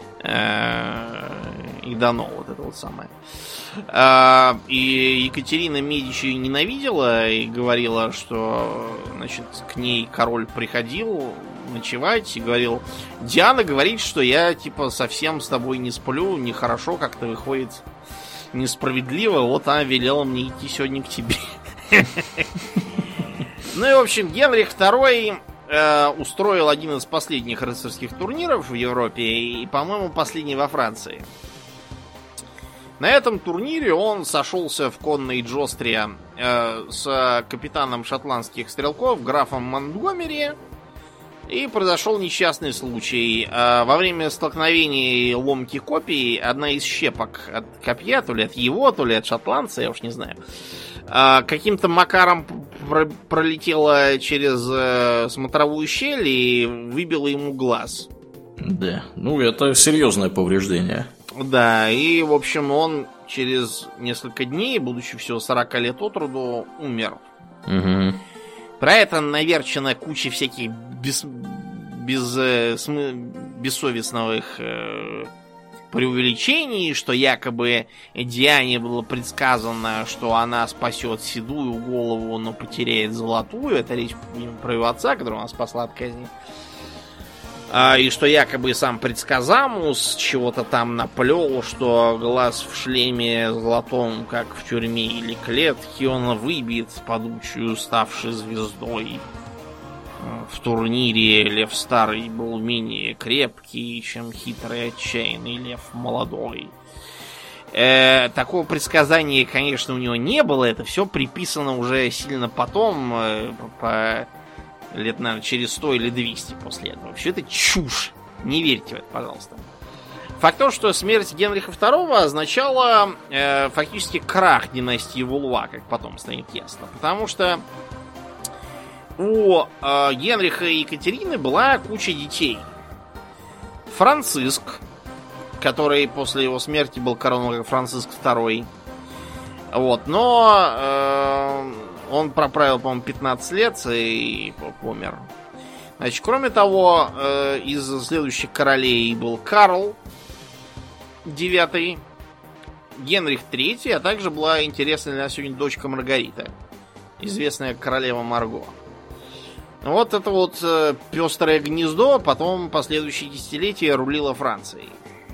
и дано вот это вот самое. И Екатерина Медичи ненавидела и говорила, что, значит, к ней король приходил ночевать и говорил: Диана говорит, что я типа совсем с тобой не сплю, нехорошо, как-то выходит несправедливо, вот она велела мне идти сегодня к тебе. Ну и в общем, Генрих второй устроил один из последних рыцарских турниров в Европе и, по-моему, последний во Франции. На этом турнире он сошелся в конной джостре э, с капитаном шотландских стрелков, графом Монтгомери, и произошел несчастный случай. Э, во время столкновений ломки копий одна из щепок от копья, то ли от его, то ли от шотландца, я уж не знаю, э, каким-то макаром пролетела через э, смотровую щель и выбила ему глаз. Да, ну это серьезное повреждение. Да, и, в общем, он через несколько дней, будучи всего сорок лет от роду, умер. Угу. Про это наверчена куча всяких без, без, э, смы, бессовестных э, преувеличений, что якобы Диане было предсказано, что она спасет седую голову, но потеряет золотую. Это речь про его отца, которого она спасла от казни. А, и что якобы сам предсказамус чего-то там наплел, что глаз в шлеме золотом, как в тюрьме или клетке, он выбит падучую, ставший звездой. В турнире Лев Старый был менее крепкий, чем хитрый отчаянный Лев Молодой. Э, такого предсказания, конечно, у него не было. Это все приписано уже сильно потом, э, по лет, наверное, через сто или двести после этого. Вообще это чушь. Не верьте в это, пожалуйста. Факт в том, что смерть Генриха второго означала э, фактически крах династии Валуа, как потом станет ясно. Потому что у э, Генриха и Екатерины была куча детей. Франциск, который после его смерти был коронован как Франциск второй. Вот, но э, он проправил, по-моему, пятнадцать лет и помер. Значит, кроме того, э, из следующих королей был Карл девятый, Генрих третий, а также была интересная для нас сегодня дочка Маргарита, известная королева Марго. Вот это вот э, пестрое гнездо потом последующие десятилетия рулило Францией.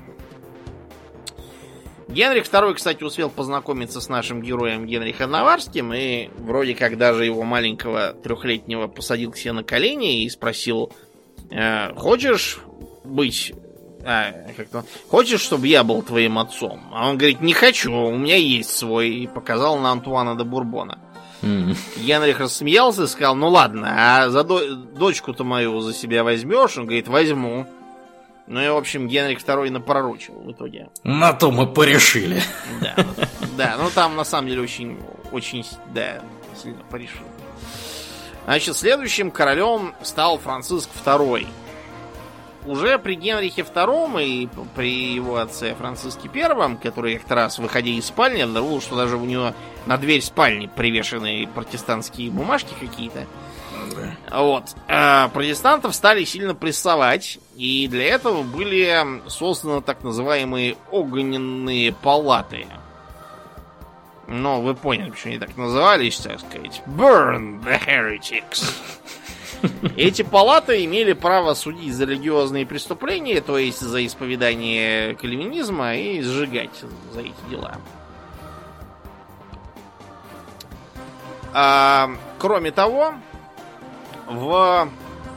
Генрих второй, кстати, успел познакомиться с нашим героем Генрихом Наварским и вроде как даже его маленького трехлетнего посадил к себе на колени и спросил: э, хочешь быть... А, как-то... Хочешь, чтобы я был твоим отцом? А он говорит: не хочу, у меня есть свой. И показал на Антуана де Бурбона. Mm. Генрих рассмеялся и сказал: ну ладно, а за до... дочку-то мою за себя возьмешь? Он говорит: возьму. Ну и, в общем, Генрих второй напророчил в итоге. На то мы порешили. Да, да, ну там на самом деле очень, очень, да, сильно порешил. Значит, следующим королем стал Франциск второй. Уже при Генрихе втором и при его отце Франциске первом, который как-то раз, выходя из спальни, обнаружил, что даже у него на дверь спальни привешены протестантские бумажки какие-то. Вот. А протестантов стали сильно прессовать, и для этого были созданы так называемые огненные палаты. Ну, вы поняли, почему они так назывались, так сказать. Burn the heretics. Эти палаты имели право судить за религиозные преступления, то есть за исповедание кальвинизма, и сжигать за эти дела. А, кроме того, в,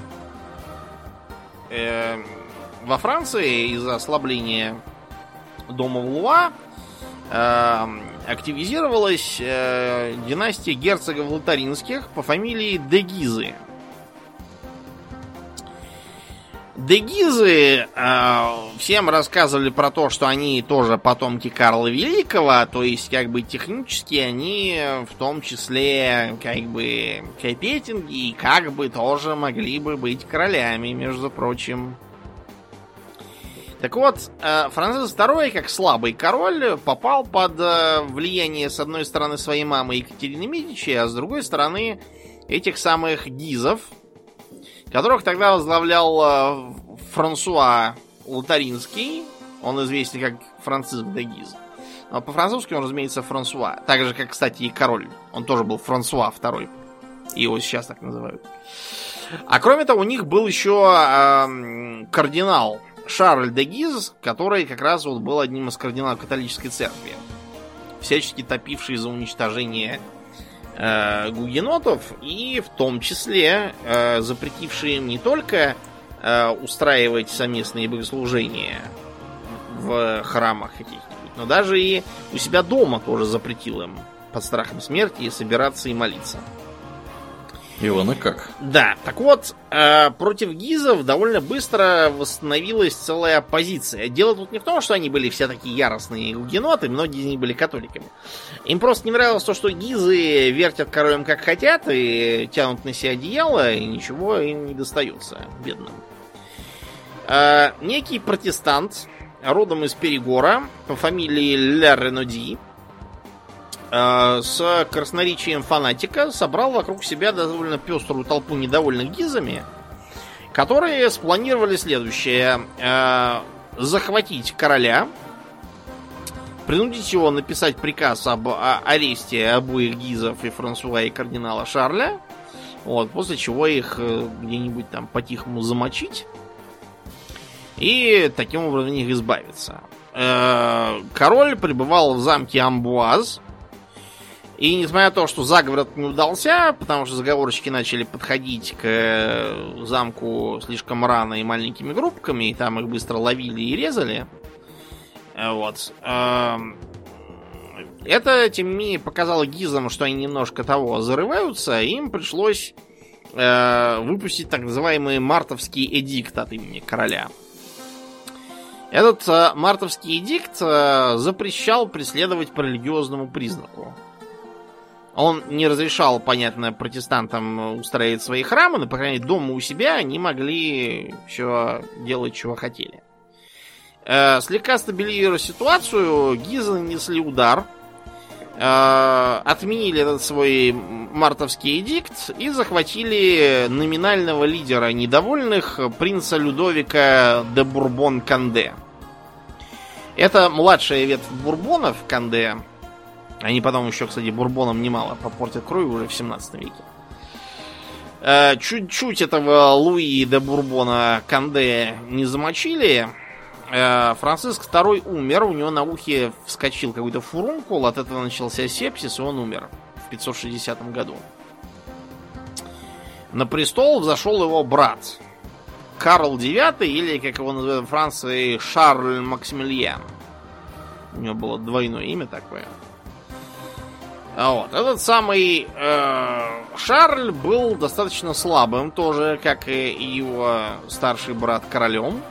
э, во Франции из-за ослабления дома Валуа э, активизировалась э, династия герцогов лотаринских по фамилии де Гизы. Де Гизы э, всем рассказывали про то, что они тоже потомки Карла Великого, то есть как бы технически они в том числе как бы капетинги и как бы тоже могли бы быть королями, между прочим. Так вот, э, Франциск второй, как слабый король, попал под э, влияние с одной стороны своей мамы Екатерины Медичи, а с другой стороны этих самых Гизов, которых тогда возглавлял э, Франсуа Лотаринский. Он известен как Франциск де Гиз. Но по-французски он, разумеется, Франсуа. Так же, как, кстати, и король. Он тоже был Франсуа второй. Его сейчас так называют. А кроме того, у них был еще э, кардинал Шарль де Гиз, который как раз вот был одним из кардиналов католической церкви, всячески топивший за уничтожение э, гугенотов, и в том числе э, запретивший им не только э, устраивать совместные богослужения в храмах каких-нибудь, но даже и у себя дома тоже запретил им под страхом смерти собираться и молиться. Ивана как? Да, так вот, э, против Гизов довольно быстро восстановилась целая оппозиция. Дело тут не в том, что они были все такие яростные гугеноты, многие из них были католиками. Им просто не нравилось то, что Гизы вертят королем как хотят и тянут на себя одеяло, и ничего им не достается, бедным. Э, некий протестант, родом из Перегора, по фамилии Ля Реноди, с красноречием фанатика собрал вокруг себя довольно пеструю толпу недовольных Гизами, которые спланировали следующее: захватить короля, принудить его написать приказ об аресте обоих Гизов, и Франсуа, и кардинала Шарля, вот, после чего их где-нибудь там по-тихому замочить и таким образом от них избавиться. Король пребывал в замке Амбуаз, и несмотря на то, что заговор не удался, потому что заговорщики начали подходить к замку слишком рано и маленькими группками, и там их быстро ловили и резали, вот, это, тем не менее, показало гизам, что они немножко того зарываются, и им пришлось выпустить так называемый мартовский эдикт от имени короля. Этот э, мартовский эдикт э, запрещал преследовать по религиозному признаку. Он не разрешал, понятно, протестантам устраивать свои храмы, но, по крайней мере, дома у себя они могли все делать, чего хотели. Э, слегка стабилизируя ситуацию, гизы нанесли удар, э, отменили этот свой мартовский эдикт и захватили номинального лидера недовольных, принца Людовика де Бурбон-Канде. Это младшая ветвь бурбонов Канде. Они потом еще, кстати, бурбонам немало попортят кровь уже в семнадцатом веке. Чуть-чуть этого Луи де Бурбона Канде не замочили. Франциск второй умер, у него на ухе вскочил какой-то фурункул, от этого начался сепсис, и он умер в пятьсот шестидесятом году. На престол взошел его брат Карл девятый, или, как его называют в Франции, Шарль Максимилиан. У него было двойное имя такое. Вот. Этот самый э, Шарль был достаточно слабым, тоже, как и его старший брат, королем.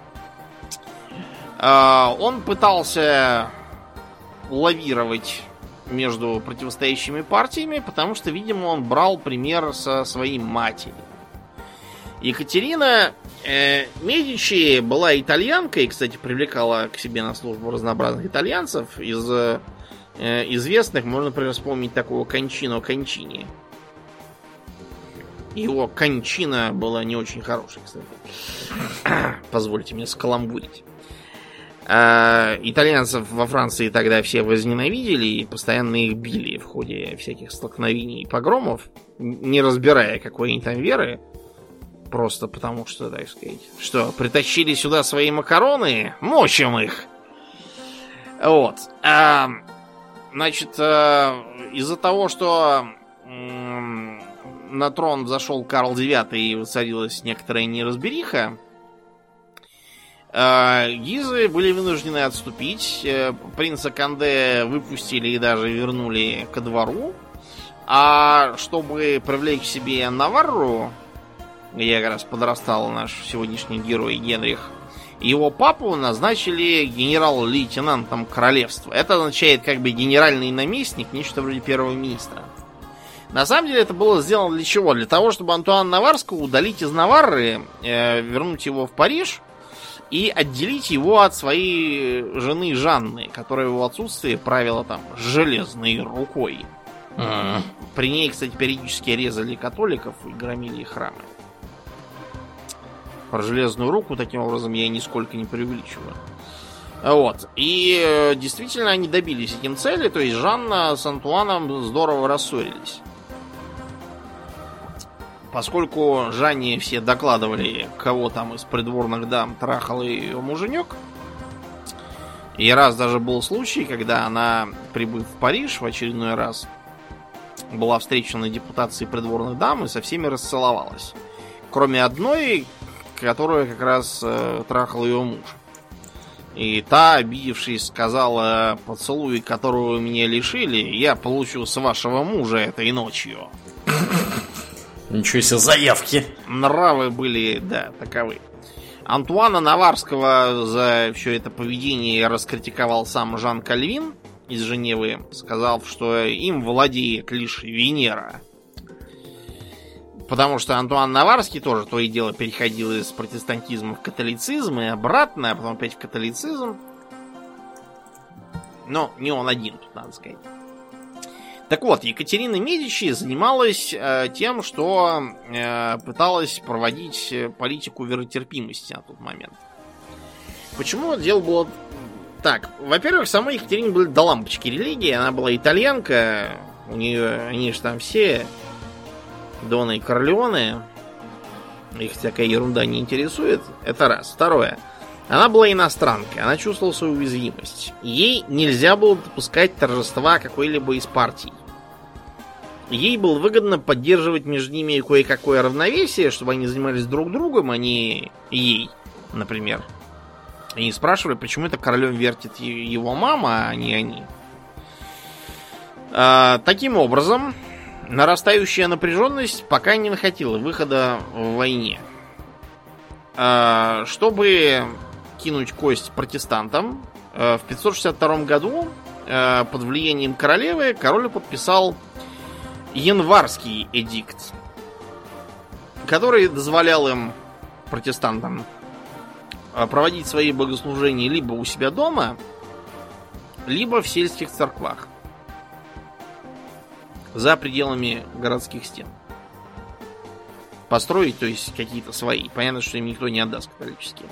Э, он пытался лавировать между противостоящими партиями, потому что, видимо, он брал пример со своей матерью. Екатерина э, Медичи была итальянкой, кстати, привлекала к себе на службу разнообразных итальянцев. Из э, известных можно, например, вспомнить такого Кончино Кончини. Его кончина была не очень хорошей, кстати. Позвольте мне скаламбурить. А, итальянцев во Франции тогда все возненавидели и постоянно их били в ходе всяких столкновений и погромов, не разбирая, какой они там веры. Просто потому что, так сказать, что, притащили сюда свои макароны? Мочим их! Вот. А, значит, а, из-за того, что м- на трон взошел Карл девятый и воцарилась некоторая неразбериха, а, гизы были вынуждены отступить. Принца Канде выпустили и даже вернули ко двору. А чтобы привлечь к себе Наварру, где как раз подрастал наш сегодняшний герой Генрих, его папу назначили генерал-лейтенантом королевства. Это означает как бы генеральный наместник, нечто вроде первого министра. На самом деле это было сделано для чего? Для того, чтобы Антуана Наварского удалить из Наварры, э, вернуть его в Париж и отделить его от своей жены Жанны, которая в его отсутствии правила там железной рукой. Mm-hmm. При ней, кстати, периодически резали католиков и громили их храмы. Про железную руку, таким образом, я нисколько не преувеличиваю. Вот. И действительно они добились этим цели, то есть Жанна с Антуаном здорово рассорились. Поскольку Жанне все докладывали, кого там из придворных дам трахал ее муженек, и раз даже был случай, когда она, прибыв в Париж в очередной раз, была встречена депутацией придворных дам и со всеми расцеловалась. Кроме одной, которую как раз э, трахал ее муж. И та, обидевшись, сказала: поцелуй, которого меня лишили, я получу с вашего мужа этой ночью. Ничего себе заявки. Нравы были, да, таковы. Антуана Наварского за все это поведение раскритиковал сам Жан Кальвин из Женевы, сказав, что им владеет лишь Венера. Потому что Антуан Наварский тоже то и дело переходил из протестантизма в католицизм и обратно, а потом опять в католицизм. Но не он один, тут надо сказать. Так вот, Екатерина Медичи занималась э, тем, что э, пыталась проводить политику веротерпимости на тот момент. Почему дело было так? Во-первых, самой Екатерине были до лампочки религии. Она была итальянка. У нее, они же там все Доны и Корлеоне. Их всякая ерунда не интересует. Это раз. Второе. Она была иностранкой, она чувствовала свою уязвимость. Ей нельзя было допускать торжества какой-либо из партий. Ей было выгодно поддерживать между ними кое-какое равновесие, чтобы они занимались друг другом, а не ей, например. Они спрашивали, почему это королем вертит его мама, а не они. А, таким образом, нарастающая напряженность пока не находила выхода в войне. А, чтобы кинуть кость протестантам, в пятьсот шестьдесят втором году под влиянием королевы король подписал Январский эдикт, который дозволял им, протестантам, проводить свои богослужения либо у себя дома, либо в сельских церквах за пределами городских стен. Построить, то есть, какие-то свои. Понятно, что им никто не отдаст католические.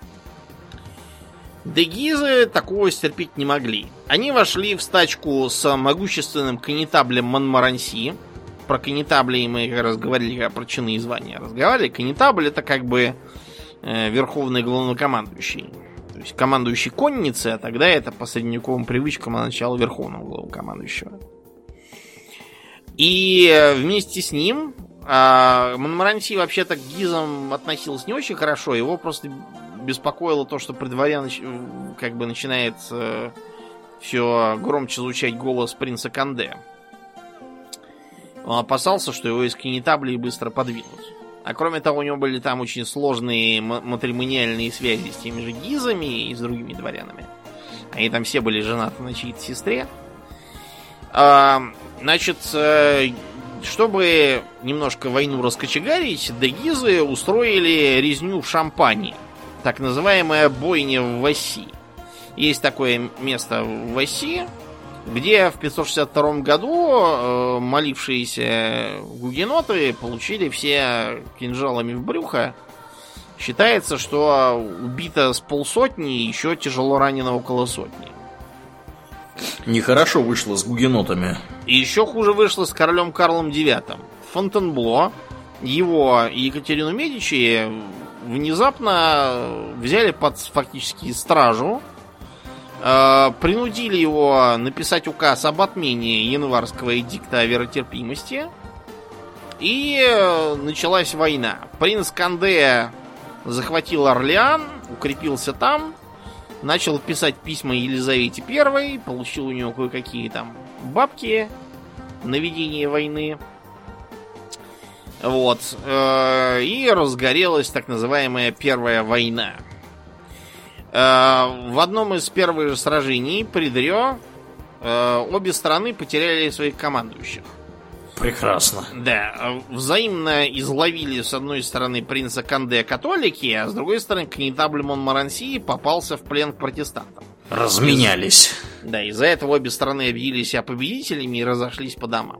Дегизы такого стерпеть не могли. Они вошли в стачку с могущественным конетаблем Монмаранси. Про конетабли мы как раз говорили, как про чины и звания разговаривали. Конетабль — это как бы э, верховный главнокомандующий. То есть командующий конницей, а тогда это по средневековым привычкам означало верховного главнокомандующего. И вместе с ним э, Монмаранси вообще-то к гизам относился не очень хорошо. Его просто беспокоило то, что при дворе как бы начинает э, все громче звучать голос принца Канде. Он опасался, что его из конетаблей быстро подвинут. А кроме того, у него были там очень сложные матримониальные связи с теми же гизами и с другими дворянами. Они там все были женаты на чьей-то сестре. А, значит, э, чтобы немножко войну раскочегарить, дегизы устроили резню в Шампании. Так называемая бойня в Васси. Есть такое место в Васси, где в пятьсот шестьдесят втором году э, молившиеся гугеноты получили все кинжалами в брюхо. Считается, что убито с полсотни, еще тяжело ранено около сотни. Нехорошо вышло с гугенотами. И еще хуже вышло с королем Карлом девятым. Фонтенбло, его и Екатерину Медичи внезапно взяли под фактически стражу, э, принудили его написать указ об отмене январского эдикта о веротерпимости, и э, началась война. Принц Канде захватил Орлеан, укрепился там, начал писать письма Елизавете Первой, получил у нее кое-какие там бабки на ведение войны. Вот. И разгорелась так называемая Первая война. В одном из первых же сражений при Дрё обе стороны потеряли своих командующих. Прекрасно. Да. Взаимно изловили с одной стороны принца Канде католики, а с другой стороны конетабль Монмаранси попался в плен к протестантам. Разменялись. Из... Да, из-за этого обе стороны объявили себя победителями и разошлись по домам.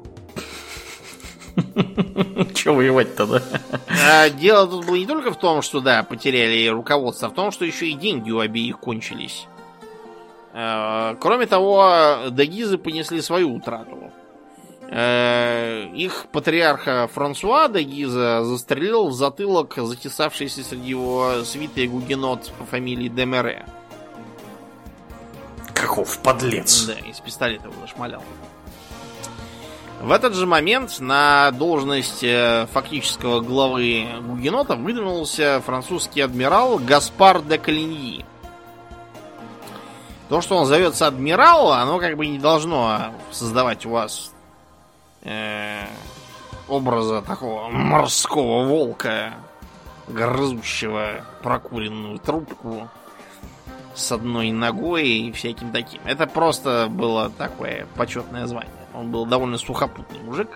Че воевать-то, да? А дело тут было не только в том, что, да, потеряли руководство, а в том, что еще и деньги у обеих кончились. А, кроме того, дегизы понесли свою утрату. А, их патриарха Франсуа де Гиза застрелил в затылок затесавшийся среди его свиты гугенот по фамилии Демере. Каков подлец. Да, из пистолета его зашмалял. В этот же момент на должность фактического главы гугенотов выдвинулся французский адмирал Гаспар де Калиньи. То, что он зовется адмирал, оно как бы не должно создавать у вас э, образа такого морского волка, грызущего прокуренную трубку с одной ногой и всяким таким. Это просто было такое почетное звание. Он был довольно сухопутный мужик.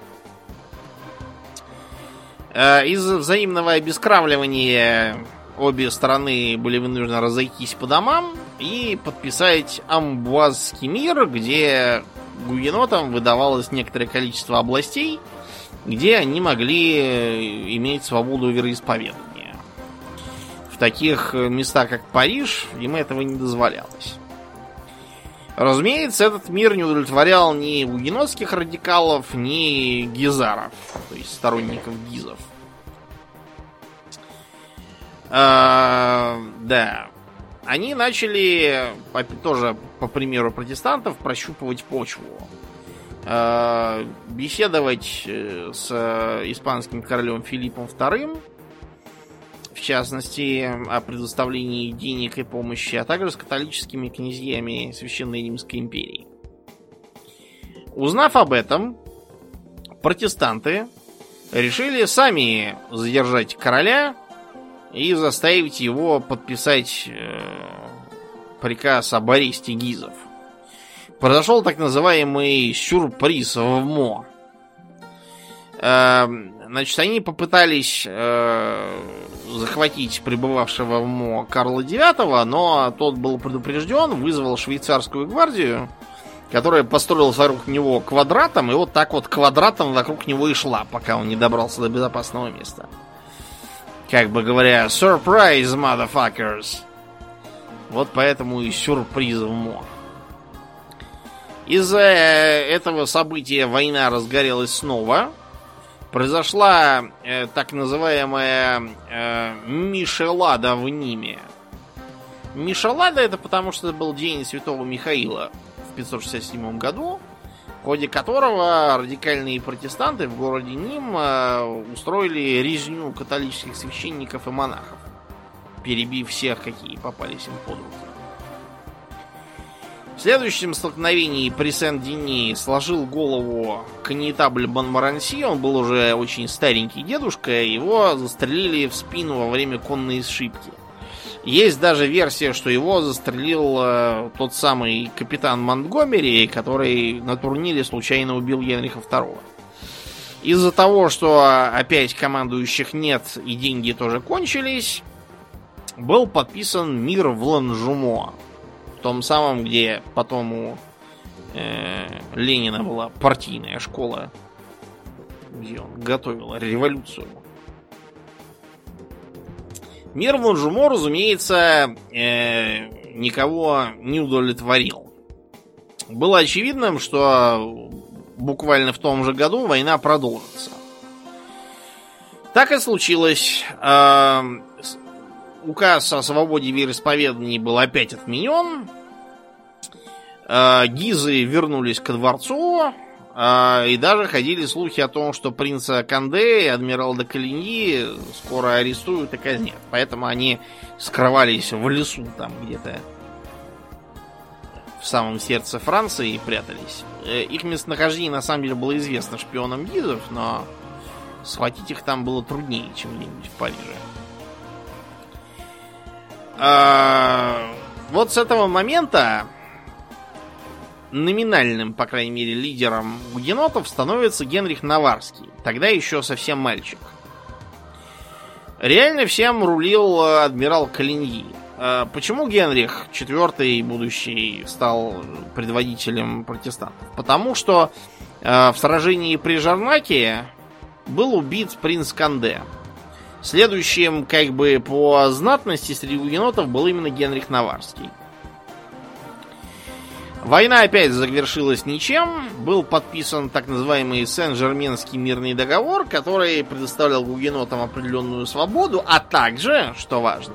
Из-за взаимного обескравливания обе стороны были вынуждены разойтись по домам и подписать Амбуазский мир, где гугенотам выдавалось некоторое количество областей, где они могли иметь свободу вероисповедания. В таких местах, как Париж, им этого не дозволялось. Разумеется, этот мир не удовлетворял ни гугенотских радикалов, ни гизаров, то есть сторонников гизов. А, да. они начали, тоже по примеру протестантов, прощупывать почву. Беседовать с испанским королем Филиппом вторым, в частности, о предоставлении денег и помощи, а также с католическими князьями Священной Римской империи. Узнав об этом, протестанты решили сами задержать короля и заставить его подписать э, приказ об аресте гизов. Произошел так называемый сюрприз в Мо. Э, значит, они попытались э, захватить пребывавшего в Мо Карла девятого, но тот был предупрежден, вызвал швейцарскую гвардию, которая построилась вокруг него квадратом, и вот так вот квадратом вокруг него и шла, пока он не добрался до безопасного места. Как бы говоря, surprise, motherfuckers. Вот поэтому и сюрприз в Мо. Из-за этого события война разгорелась снова. Произошла э, так называемая э, Мишелада в Ниме. Мишелада это потому, что это был день Святого Михаила в пятьсот шестьдесят седьмом году, в ходе которого радикальные протестанты в городе Ним э, устроили резню католических священников и монахов, перебив всех, какие попались им под руки. В следующем столкновении при Сен-Дени сложил голову коннетабль Монморанси, он был уже очень старенький дедушка, его застрелили в спину во время конной сшибки. Есть даже версия, что его застрелил э, тот самый капитан Монтгомери, который на турнире случайно убил Генриха второго. Из-за того, что опять командующих нет и деньги тоже кончились, был подписан мир в Ланжумо. В том самом, где потом у э, Ленина была партийная школа, где он готовил революцию. Мир в Ланжумо, разумеется, э, никого не удовлетворил. Было очевидным, что буквально в том же году война продолжится. Так и случилось. Э, указ о свободе вероисповеданий был опять отменен. Э, гизы вернулись ко дворцу. И даже ходили слухи о том, что принца Канде и адмирала де Калиньи скоро арестуют и казнят. Поэтому они скрывались в лесу там где-то в самом сердце Франции и прятались. Их местонахождение на самом деле было известно шпионам гизов, но схватить их там было труднее, чем где-нибудь в Париже. А, вот с этого момента номинальным, по крайней мере, лидером гугенотов становится Генрих Наварский, тогда еще совсем мальчик. Реально всем рулил адмирал Калиньи. Почему Генрих четвёртый, будущий, стал предводителем протестантов? Потому что в сражении при Жарнаке был убит принц Канде. Следующим, как бы, по знатности среди гугенотов был именно Генрих Наварский. Война опять завершилась ничем. Был подписан так называемый Сен-Жерменский мирный договор, который предоставлял гугенотам определенную свободу, а также, что важно,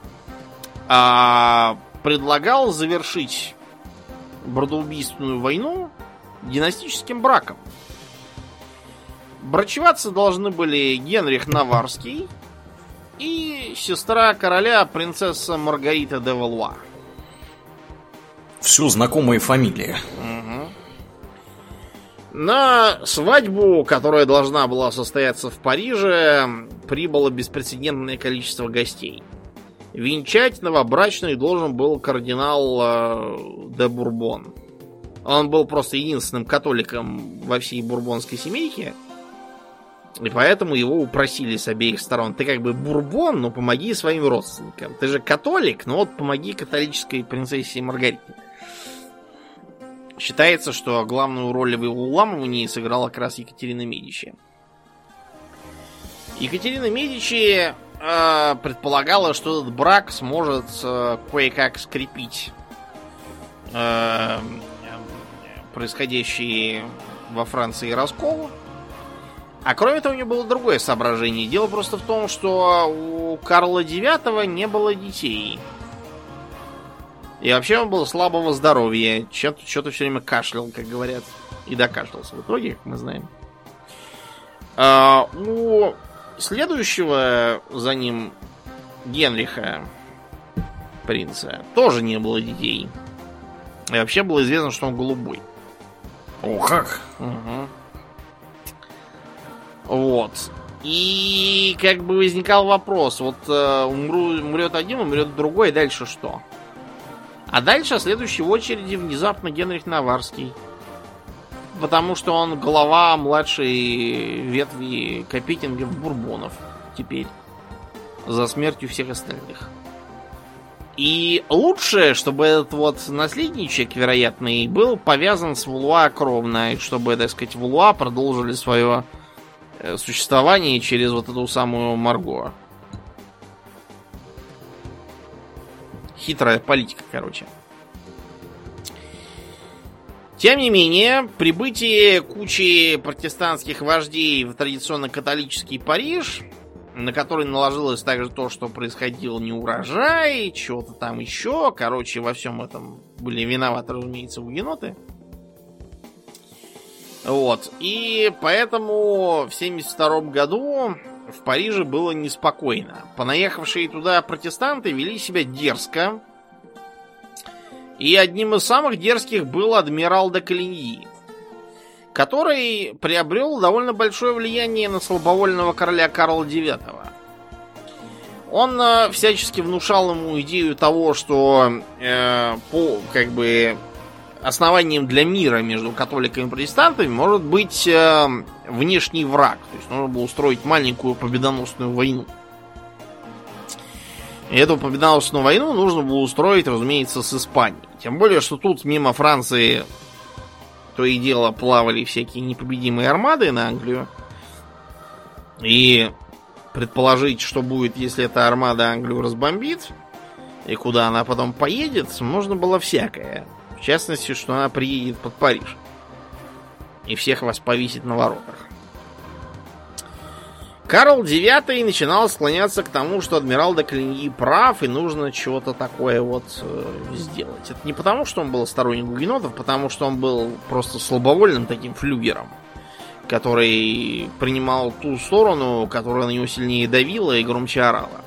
предлагал завершить братоубийственную войну династическим браком. Брачеваться должны были Генрих Наварский и сестра короля, принцесса Маргарита де Валуа. Все знакомые фамилии. Угу. На свадьбу, которая должна была состояться в Париже, прибыло беспрецедентное количество гостей. Венчать новобрачных должен был кардинал э, де Бурбон. Он был просто единственным католиком во всей бурбонской семейке, и поэтому его упросили с обеих сторон. Ты как бы Бурбон, но помоги своим родственникам. Ты же католик, но вот помоги католической принцессе Маргарите. Считается, что главную роль в его уламывании сыграла как раз Екатерина Медичи. Екатерина Медичи э, предполагала, что этот брак сможет э, кое-как скрепить э, происходящие во Франции раскол. А кроме того, у нее было другое соображение. Дело просто в том, что у Карла девятого не было детей. И вообще он был слабого здоровья. Что-то, что-то все время кашлял, как говорят. И докашлялся в итоге, как мы знаем. А у следующего за ним Генриха, принца, тоже не было детей. И вообще было известно, что он голубой. О, как? Угу. Вот. И как бы возникал вопрос. Вот э, умру, умрет один, умрет другой, и дальше что? А дальше, следующей в очереди, внезапно Генрих Наварский. Потому что он глава младшей ветви Капетингов-Бурбонов теперь. За смертью всех остальных. И лучше, чтобы этот вот наследничек, вероятный, был повязан с Валуа кровно, и чтобы, так сказать, Валуа продолжили свое существование через вот эту самую Марго. Хитрая политика, короче. Тем не менее, прибытие кучи протестантских вождей в традиционно католический Париж, на который наложилось также то, что происходил неурожай, чего-то там еще. Короче, во всем этом были виноваты, разумеется, гугеноты. Вот. И поэтому в семьдесят втором году в Париже было неспокойно. Понаехавшие туда протестанты вели себя дерзко. И одним из самых дерзких был адмирал де Калиньи, который приобрел довольно большое влияние на слабовольного короля Карла девятого. Он э, всячески внушал ему идею того, что э, по, как бы, основанием для мира между католиками и протестантами может быть э, внешний враг. То есть нужно было устроить маленькую победоносную войну. И эту победоносную войну нужно было устроить, разумеется, с Испанией. Тем более, что тут мимо Франции то и дело плавали всякие непобедимые армады на Англию. И предположить, что будет, если эта армада Англию разбомбит, и куда она потом поедет, можно было всякое. В частности, что она приедет под Париж. И всех вас повесит на воротах. Карл девятый начинал склоняться к тому, что адмирал де Калиньи прав, и нужно чего-то такое вот э, сделать. Это не потому, что он был сторонник гугенотов, потому что он был просто слабовольным таким флюгером, который принимал ту сторону, которая на него сильнее давила и громче орала.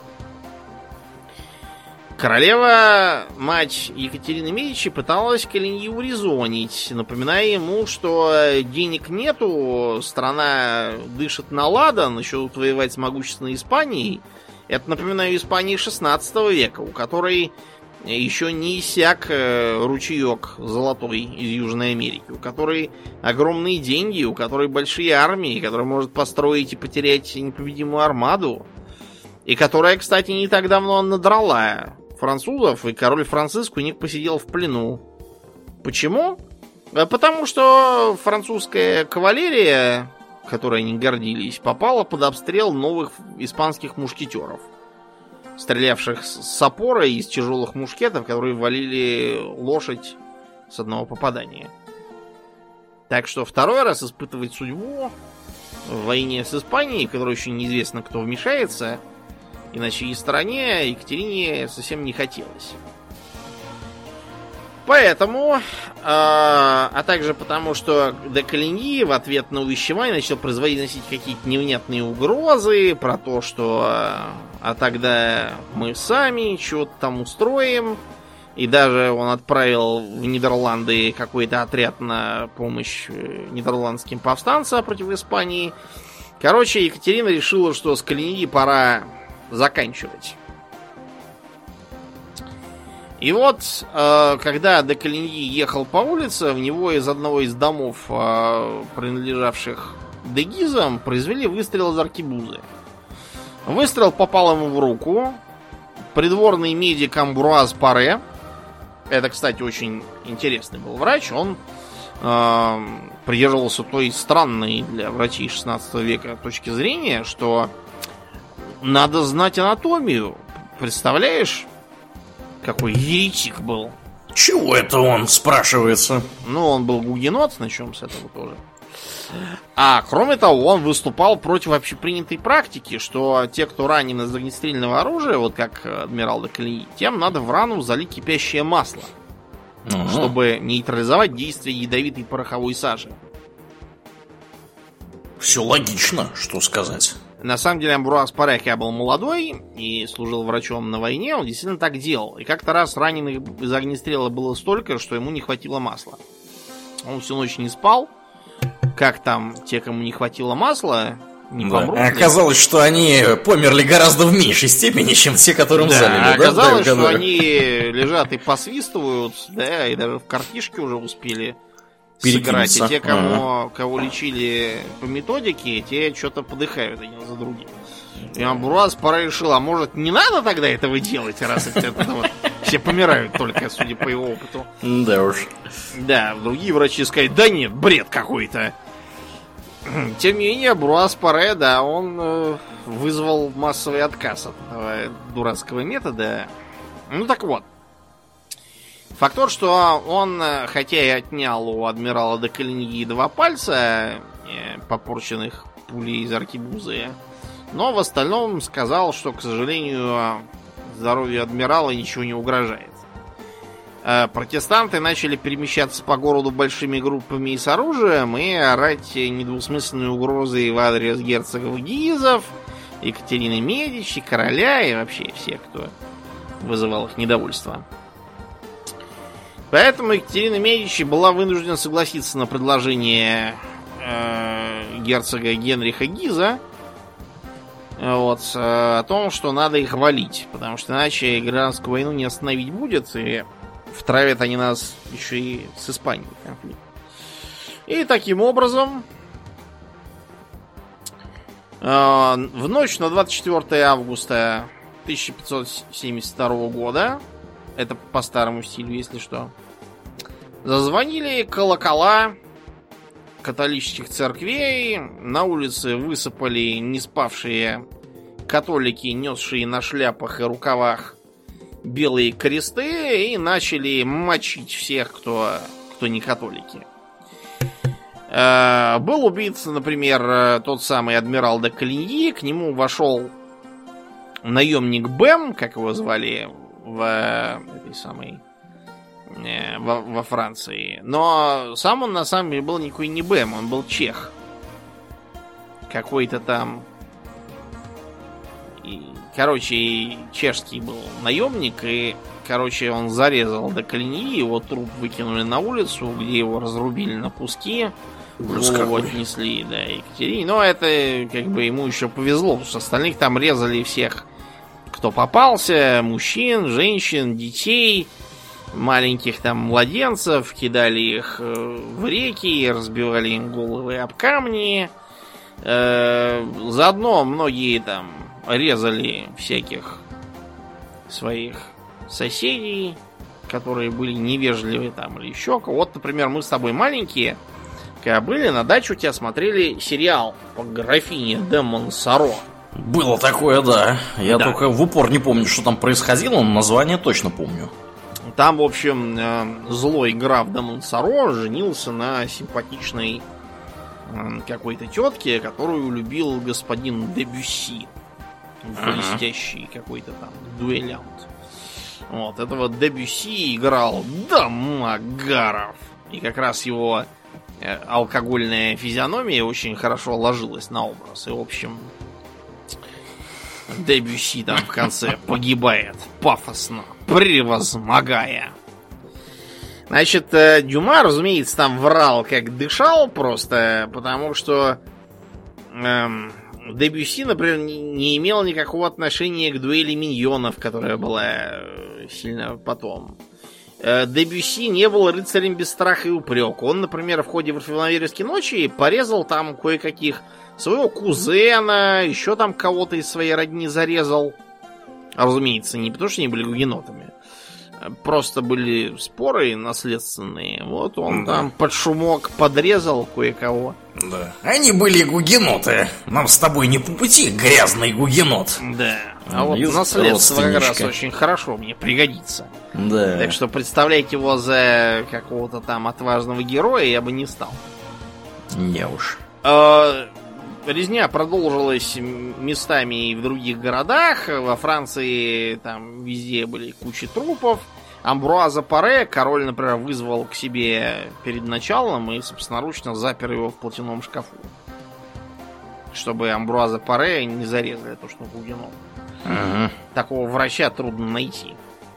Королева, мать Екатерины Медичи, пыталась Калиньи урезонить, напоминая ему, что денег нету, страна дышит на ладан, еще воевать с могущественной Испанией. Это, напоминаю, Испании шестнадцатого века, у которой еще не иссяк ручеек золотой из Южной Америки, у которой огромные деньги, у которой большие армии, которая может построить и потерять непобедимую армаду, и которая, кстати, не так давно надрала французов, и король Франциск у них посидел в плену. Почему? Потому что французская кавалерия, которой они гордились, попала под обстрел новых испанских мушкетеров, стрелявших с опорой из тяжелых мушкетов, которые валили лошадь с одного попадания. Так что второй раз испытывать судьбу в войне с Испанией, в которой еще неизвестно, кто вмешается, иначе и стороне Екатерине совсем не хотелось. Поэтому, э, а также потому, что де Калиньи в ответ на увещевание начал производить какие-то невнятные угрозы про то, что а тогда мы сами что-то там устроим. И даже он отправил в Нидерланды какой-то отряд на помощь нидерландским повстанцам против Испании. Короче, Екатерина решила, что с Калиньи пора заканчивать. И вот, э, когда де Калиньи ехал по улице, в него из одного из домов, э, принадлежавших де Гизам, произвели выстрел из аркебузы. Выстрел попал ему в руку. Придворный медик Амбруаз Паре, это, кстати, очень интересный был врач, он э, придерживался той странной для врачей шестнадцатого века точки зрения, что надо знать анатомию. Представляешь, какой еретик был? Чего это он, спрашивается? Ну, он был гугенот, начнем с этого тоже. А кроме того, он выступал против общепринятой практики, что те, кто ранен из огнестрельного оружия, вот как адмирал де Калиньи, тем надо в рану залить кипящее масло, угу. чтобы нейтрализовать действие ядовитой пороховой сажи. Все логично, что сказать. На самом деле Амбруаз Паре, когда был молодой и служил врачом на войне, он действительно так делал. И как-то раз раненых из огнестрела было столько, что ему не хватило масла. Он всю ночь не спал. Как там те, кому не хватило масла, не да. помрут? Оказалось, что они померли гораздо в меньшей степени, чем те, которым да, залили. Оказалось, да, что они лежат и посвистывают, да, и даже в картишке уже успели сыграть. И те, кому, ага. кого лечили по методике, те что-то подыхают один за другим. И Амбруаз Паре решил, а может не надо тогда этого делать, раз это, это вот все помирают только, судя по его опыту. Да уж. Да, другие врачи сказали, да нет, бред какой-то. Тем не менее, Амбруаз Паре, да, он э, вызвал массовый отказ от этого дурацкого метода. Ну так вот. Факт тот, что он, хотя и отнял у адмирала де Калиньи два пальца, э, попорченных пулей из аркебузы, но в остальном сказал, что, к сожалению, здоровью адмирала ничего не угрожает. Э, протестанты начали перемещаться по городу большими группами и с оружием и орать недвусмысленные угрозы в адрес герцогов Гизов, Екатерины Медичи, короля и вообще всех, кто вызывал их недовольство. Поэтому Екатерина Медичи была вынуждена согласиться на предложение э, герцога Генриха Гиза вот, э, о том, что надо их валить, потому что иначе гражданскую войну не остановить будет, и втравят они нас еще и с Испанией в конфликт. И таким образом э, в ночь на двадцать четвёртое августа тысяча пятьсот семьдесят второго года, это по старому стилю, если что, зазвонили колокола католических церквей, на улице высыпали не спавшие католики, несшие на шляпах и рукавах белые кресты, и начали мочить всех, кто, кто не католики. Э, был убит, например, тот самый адмирал де Калиньи, к нему вошел наемник Бэм, как его звали в этой самой э, во, во Франции. Но сам он на самом деле был никакой не Бэм, он был чех. Какой-то там. И, короче, чешский был наемник, и, короче, он зарезал де Калиньи, его труп выкинули на улицу, где его разрубили на куски, голову отнесли, да, Екатерине. Но это, как бы, ему еще повезло, потому что остальных там резали всех, кто попался, мужчин, женщин, детей, маленьких там младенцев, кидали их в реки, разбивали им головы об камни. Заодно многие там резали всяких своих соседей, которые были невежливы там или еще кого. Вот, например, мы с тобой маленькие, когда были на даче, у тебя смотрели сериал по графине де Монсоро. Было такое, да. Я да. только в упор не помню, что там происходило, но название точно помню. Там, в общем, злой граф де Монсоро женился на симпатичной какой-то тетке, которую любил господин де Бюсси. Блестящий uh-huh. какой-то там дуэлянт. Вот, этого де Бюсси играл Домогаров. И как раз его алкогольная физиономия очень хорошо ложилась на образ. И, в общем, де Бюсси там в конце погибает пафосно, превозмогая. Значит, Дюма, разумеется, там врал, как дышал просто, потому что эм, де Бюсси, например, не имел никакого отношения к дуэли миньонов, которая была сильно потом. Де Бюсси не был рыцарем без страха и упрека. Он, например, в ходе Варфоломеевской ночи порезал там кое-каких своего кузена, еще там кого-то из своей родни зарезал. Разумеется, не потому что они были гугенотами. Просто были споры наследственные. Вот он да. там под шумок подрезал кое-кого. Да. Они были гугеноты. Нам с тобой не по пути, грязный гугенот. Да. А вот Из наследство как раз очень хорошо мне пригодится. Да. Так что представлять его за какого-то там отважного героя я бы не стал. Не уж. Э, резня продолжилась местами и в других городах. Во Франции там везде были кучи трупов. Амбруаза Паре король, например, вызвал к себе перед началом и собственноручно запер его в платяном шкафу. Чтобы Амбруаза Паре не зарезали, то, что Гугенот. Угу. Такого врача трудно найти.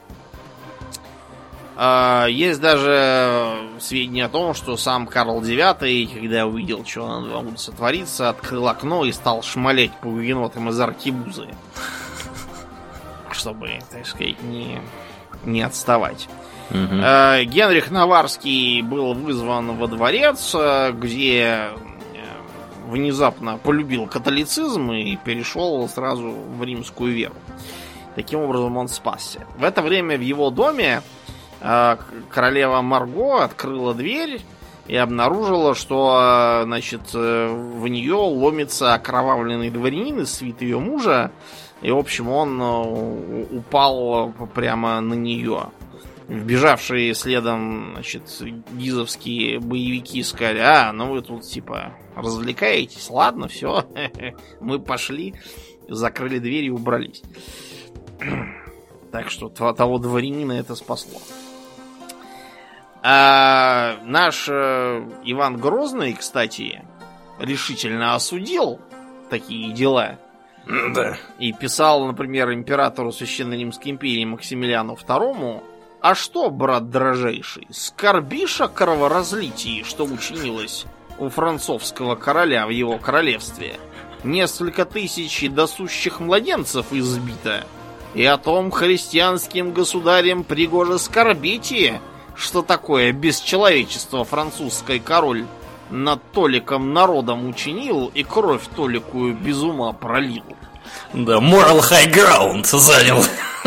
Есть даже сведения о том, что сам Карл девятый, когда увидел, что на улице творится, открыл окно и стал шмалять по гугенотам из аркебузы. Чтобы, так сказать, не, не отставать. Угу. Генрих Наварский был вызван во дворец, где внезапно полюбил католицизм и перешел сразу в римскую веру. Таким образом он спасся. В это время в его доме королева Марго открыла дверь и обнаружила, что, значит, в нее ломится окровавленный дворянин из свиты ее мужа. И, в общем, он упал прямо на нее. Вбежавшие следом, значит, гизовские боевики сказали: а, ну вы тут, типа, развлекаетесь, ладно, все, мы пошли, закрыли дверь и убрались. Так что того дворянина это спасло. А наш э, Иван Грозный, кстати, решительно осудил такие дела. Да. И писал, например, императору Священной Римской империи Максимилиану второму: а что, брат дрожайший, скорбишь о кроворазлитии, что учинилось у французского короля в его королевстве? Несколько тысяч досущих младенцев избито, и о том христианским государям пригоже скорбите, что такое бесчеловечество французский король над толиком народом учинил и кровь толикую без ума пролил. Да, moral high ground занял.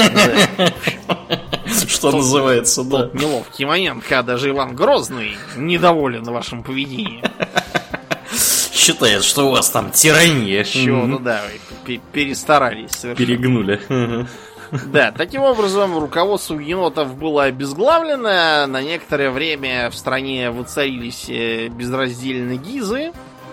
Что называется, да. Неловкий момент, когда даже Иван Грозный недоволен вашим поведением. Считает, что у вас там тирания. Чего, ну да, вы перестарались совершенно. Перегнули. Да, таким образом руководство гугенотов было обезглавлено. На некоторое время в стране воцарились безраздельные гизы.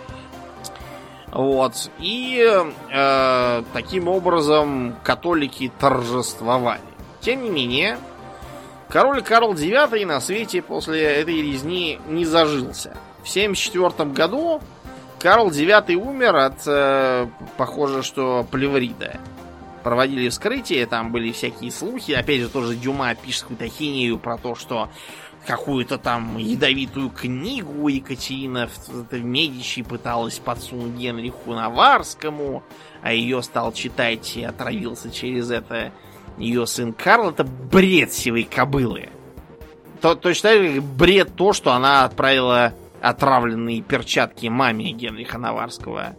Вот. И э, таким образом католики торжествовали. Тем не менее, король Карл девятый на свете после этой резни не зажился. В семьдесят четвёртом году Карл девятый умер от, э, похоже, что плеврита. Проводили вскрытие, там были всякие слухи. Опять же, тоже Дюма пишет какую-то хинею про то, что какую-то там ядовитую книгу Екатерина Медичи пыталась подсунуть Генриху Наварскому, а ее стал читать и отравился через это ее сын Карл. Это бред сивой кобылы. То, точно так же бред то, что она отправила отравленные перчатки маме Генриха Наварского.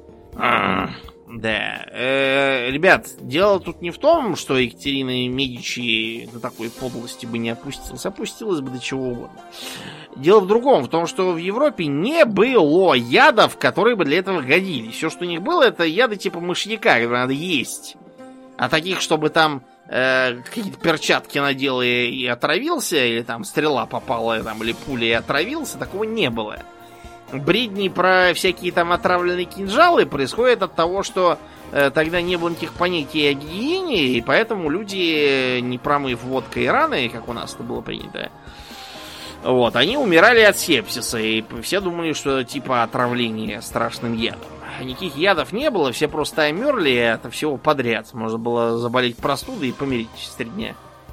Да. Э, ребят, дело тут не в том, что Екатерина Медичи до такой подлости бы не опустилась. Опустилась бы до чего угодно. Дело в другом, в том, что в Европе не было ядов, которые бы для этого годились. Все, что у них было, это яды типа мышьяка, которые надо есть. А таких, чтобы там э, какие-то перчатки надел и, и отравился, или там стрела попала, там, или пуля и отравился, такого не было. Бредни про всякие там отравленные кинжалы происходят от того, что э, тогда не было никаких понятий о гигиене, и поэтому люди, не промыв водкой и раны, как у нас это было принято, вот, они умирали от сепсиса, и все думали, что это типа отравление страшным ядом. Никаких ядов не было, все просто омерли от всего подряд. Можно было заболеть простудой и помереть через три дня.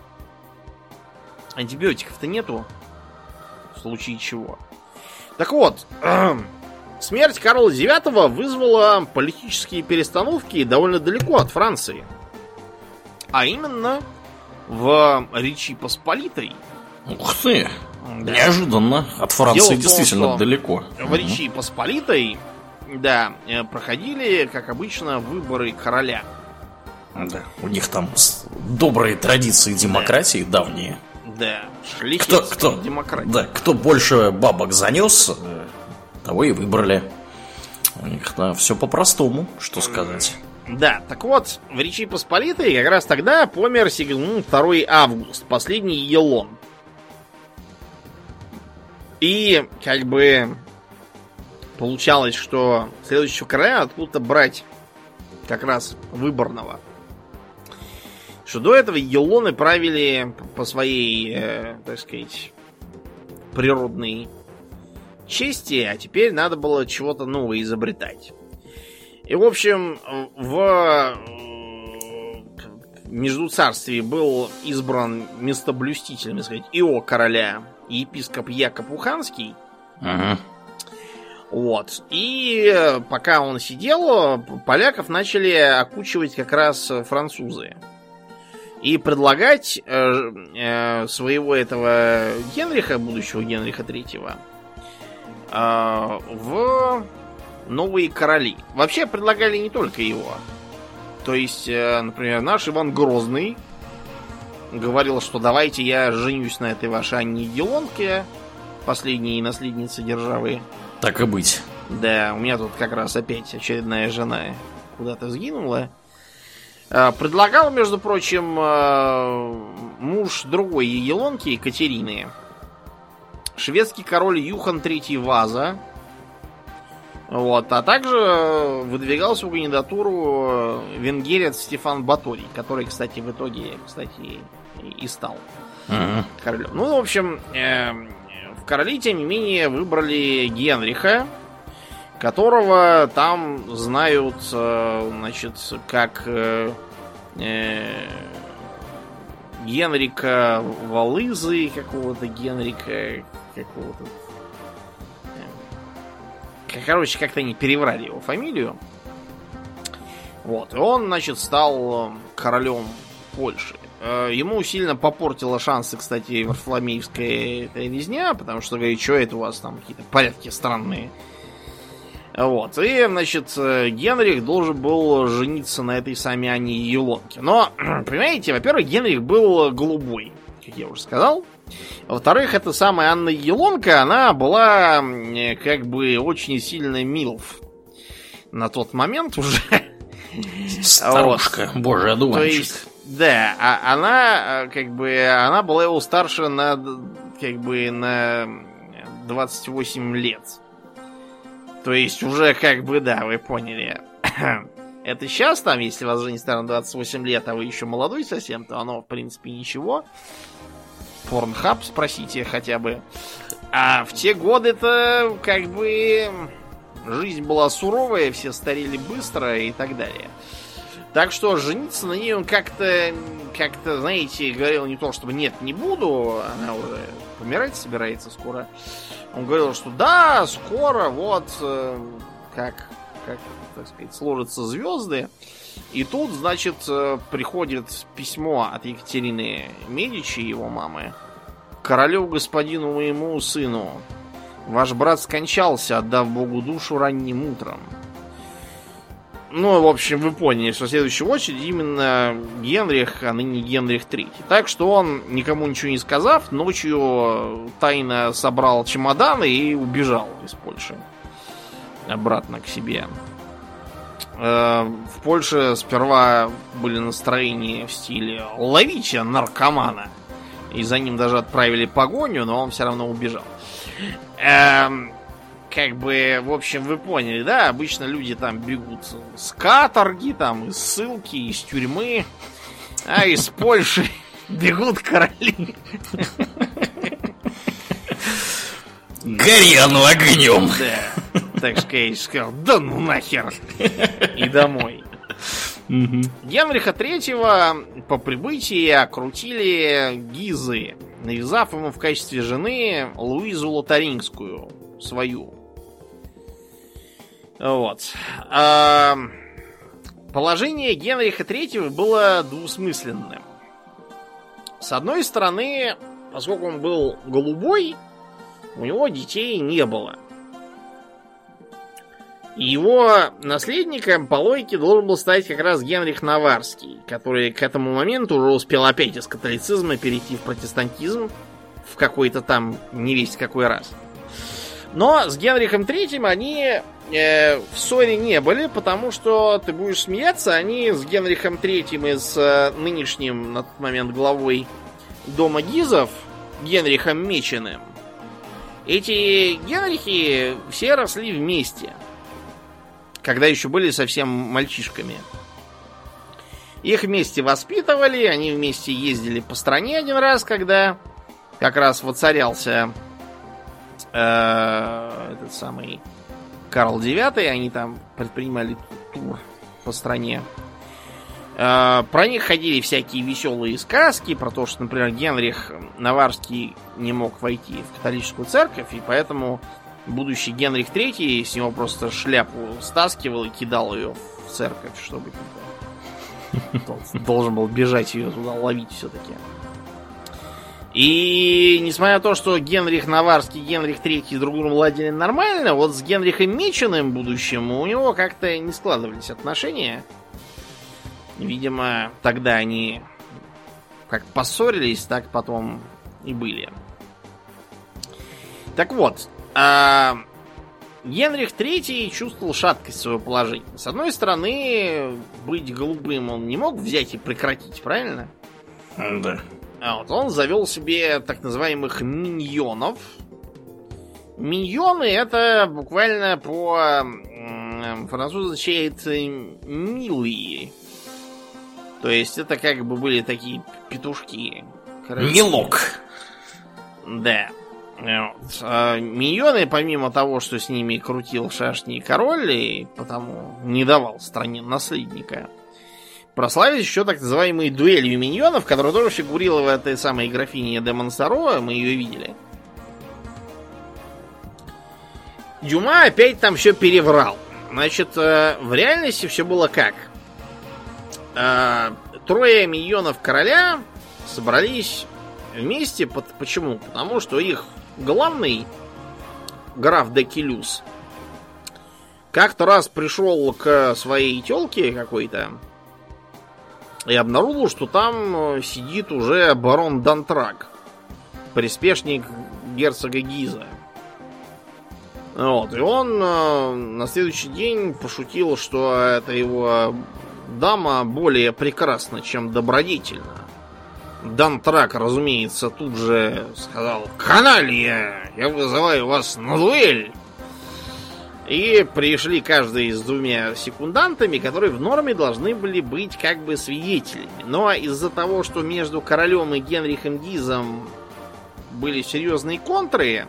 Антибиотиков-то нету, в случае чего. Так вот, смерть Карла девятого вызвала политические перестановки довольно далеко от Франции. А именно в Речи Посполитой. Ух ты! Да. Неожиданно. От Франции том, действительно далеко. В Речи Посполитой, да, проходили, как обычно, выборы короля. Да. У них там добрые традиции демократии, да. Давние. Да, кто, кто, да, кто больше бабок занес, того и выбрали. У них да, все по-простому, что сказать. Да, так вот, в Речи Посполитой как раз тогда помер Сигизмунд второй Август, последний Елон. И, как бы, получалось, что следующего короля откуда-то брать как раз выборного. Что до этого егелоны правили по своей, э, так сказать, природной чести, а теперь надо было чего-то нового изобретать. И, в общем, в Междуцарствии был избран местоблюстителем, так сказать, Ио короля, епископ Якоб Уханский. Ага. Вот. И пока он сидел, поляков начали окучивать как раз французы. И предлагать э, э, своего этого Генриха, будущего Генриха третьего, э, в новые короли. Вообще предлагали не только его. То есть, э, например, наш Иван Грозный говорил, что давайте я женюсь на этой вашей Анне Егелонке, последней наследнице державы. Так и быть. Да, у меня тут как раз опять очередная жена куда-то сгинула. Предлагал, между прочим, муж другой Егелонки, Екатерины, шведский король Юхан третий Ваза. Вот, а также выдвигал свою кандидатуру венгерец Стефан Баторий, который, кстати, в итоге, кстати, и стал uh-huh. королем. Ну, в общем, в короли, тем не менее, выбрали Генриха, которого там знают, значит, как э, Генрика Валызы, какого-то Генрика, какого-то... Короче, как-то они переврали его фамилию. Вот, и он, значит, стал королем Польши. Ему сильно попортила шансы, кстати, Варфоломеевская резня, потому что, говорит, что это у вас там какие-то порядки странные. Вот, и, значит, Генрих должен был жениться на этой самой Анне Егелонке. Но, понимаете, во-первых, Генрих был голубой, как я уже сказал. Во-вторых, эта самая Анна Егелонка, она была как бы очень сильно милф на тот момент уже. Старушка, вот. Божий одуванчик. То есть, да, а она как бы, она была его старше на, как бы, на двадцать восемь лет. То есть уже как бы, да, вы поняли. Это сейчас там, если вас женить на двадцать восемь лет, а вы еще молодой совсем, то оно, в принципе, ничего. Порнхаб спросите хотя бы. А в те годы-то как бы жизнь была суровая, все старели быстро и так далее. Так что жениться на ней он как-то, как-то, знаете, говорил не то, чтобы нет, не буду, она уже помирать собирается скоро. Он говорил, что да, скоро, вот, как, как, так сказать, сложатся звезды. И тут, значит, приходит письмо от Екатерины Медичи, его мамы. Королю господину моему сыну. Ваш брат скончался, отдав Богу душу ранним утром. Ну, в общем, вы поняли, что в следующую очередь именно Генрих, а ныне Генрих третий. Так что он, никому ничего не сказав, ночью тайно собрал чемоданы и убежал из Польши. Обратно к себе. В Польше сперва были настроения в стиле «ловите наркомана». И за ним даже отправили погоню, но он все равно убежал. Эм, как бы, в общем, вы поняли, да? Обычно люди там бегут с каторги, там, из ссылки, из тюрьмы. А из Польши бегут короли. Гори оно огнем. Да. Так сказать, сказал, да ну нахер. И домой. Угу. Генриха третьего по прибытии окрутили гизы, навязав ему в качестве жены Луизу Лотарингскую, свою. Вот. А положение Генриха третьего было двусмысленным. С одной стороны, поскольку он был голубой, у него детей не было. Его наследником по логике должен был стать как раз Генрих Наварский, который к этому моменту уже успел опять из католицизма перейти в протестантизм в какой-то там невесть какой раз. Но с Генрихом третьим они э, в ссоре не были, потому что, ты будешь смеяться, они с Генрихом третьим и с э, нынешним на тот момент главой дома Гизов, Генрихом Меченым, Эти Генрихи все росли вместе, когда еще были совсем мальчишками. Их вместе воспитывали, они вместе ездили по стране один раз, когда как раз воцарялся э, этот самый Карл девятый, они там предпринимали тур по стране. Э, про них ходили всякие веселые сказки, про то, что, например, Генрих Наварский не мог войти в католическую церковь, и поэтому будущий Генрих третий с него просто шляпу стаскивал и кидал ее в церковь, чтобы должен был бежать ее туда ловить все-таки. И несмотря на то, что Генрих Наварский и Генрих третий друг другу ладили нормально, вот с Генрихом Меченым будущим у него как-то не складывались отношения. Видимо, тогда они как поссорились, так потом и были. Так вот, а Генрих третий чувствовал шаткость своего положения. С одной стороны, быть голубым он не мог взять и прекратить, правильно? Да. А вот он завел себе так называемых миньонов. Миньоны — это буквально по-французски означает «милые». То есть это как бы были такие петушки. Милок. Да. Вот. А миньоны, помимо того, что с ними крутил шашни король, и потому не давал стране наследника, прославились еще так называемые дуэлью миньонов, которая тоже фигурировала в этой самой графине де Монсоро, мы ее видели. Дюма опять там все переврал. Значит, в реальности все было как? Трое миньонов короля собрались вместе. Почему? Потому что их главный, граф де Келюс, как-то раз пришел к своей тёлке какой-то и обнаружил, что там сидит уже барон Дантрак, приспешник герцога Гиза. Вот, и он на следующий день пошутил, что эта его дама более прекрасна, чем добродетельна. Дантрак, разумеется, тут же сказал: «Каналья! Я вызываю вас на дуэль!» И пришли каждый с двумя секундантами, которые в норме должны были быть как бы свидетелями. Но из-за того, что между королем и Генрихом Гизом были серьезные контры,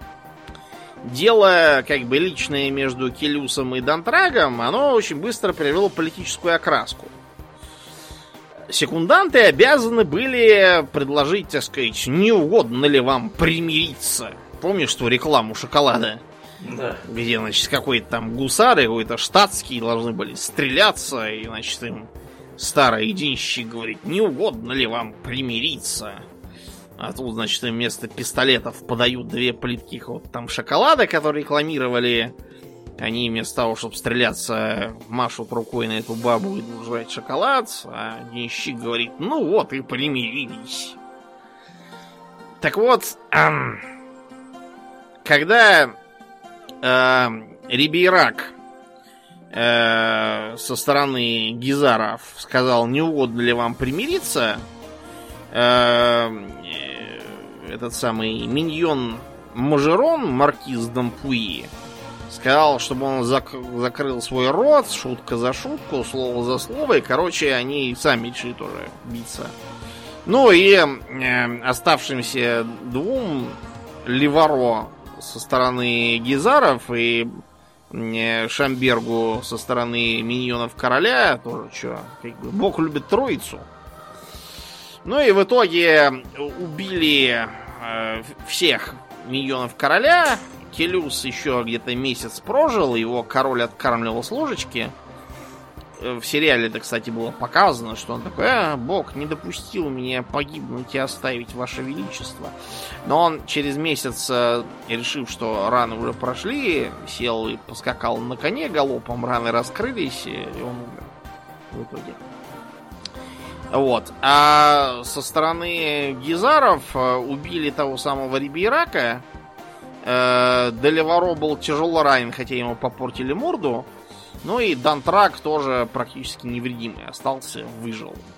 дело как бы личное между Келюсом и Дантрагом, оно очень быстро приобрело политическую окраску. Секунданты обязаны были предложить, так сказать, не угодно ли вам примириться. Помнишь ту рекламу шоколада? Да. Где, значит, какой-то там гусары, какой-то штатские должны были стреляться, и, значит, им старый денщик говорит: не угодно ли вам примириться? А тут, значит, им вместо пистолетов подают две плитки вот там шоколада, которые рекламировали. Они вместо того, чтобы стреляться, машут рукой на эту бабу и идут жрать шоколад. А денщик говорит: ну вот и примирились. Так вот, эм, когда э, Рибейрак э, со стороны гизаров сказал: не угодно ли вам примириться, э, этот самый миньон Мажерон, маркиз Дампуи, сказал, чтобы он зак- закрыл свой рот, шутка за шутку, слово за слово, и, короче, они сами решили тоже биться. Ну и э, оставшимся двум, Леваро со стороны гизаров и э, Шамбергу со стороны миньонов короля, тоже что, как бы, бог любит троицу. Ну и в итоге убили э, всех миньонов короля. Келюс еще где-то месяц прожил, его король откармливал с ложечки. В сериале это, кстати, было показано, что он такой: а, бог не допустил меня погибнуть и оставить ваше величество. Но он через месяц, решив, что раны уже прошли, сел и поскакал на коне галопом, раны раскрылись, и он умер в итоге. Вот. А со стороны гизаров убили того самого Рибейрака. Делеваро был тяжело ранен, хотя ему попортили морду. Ну и Дантрак тоже практически невредимый остался, выжил.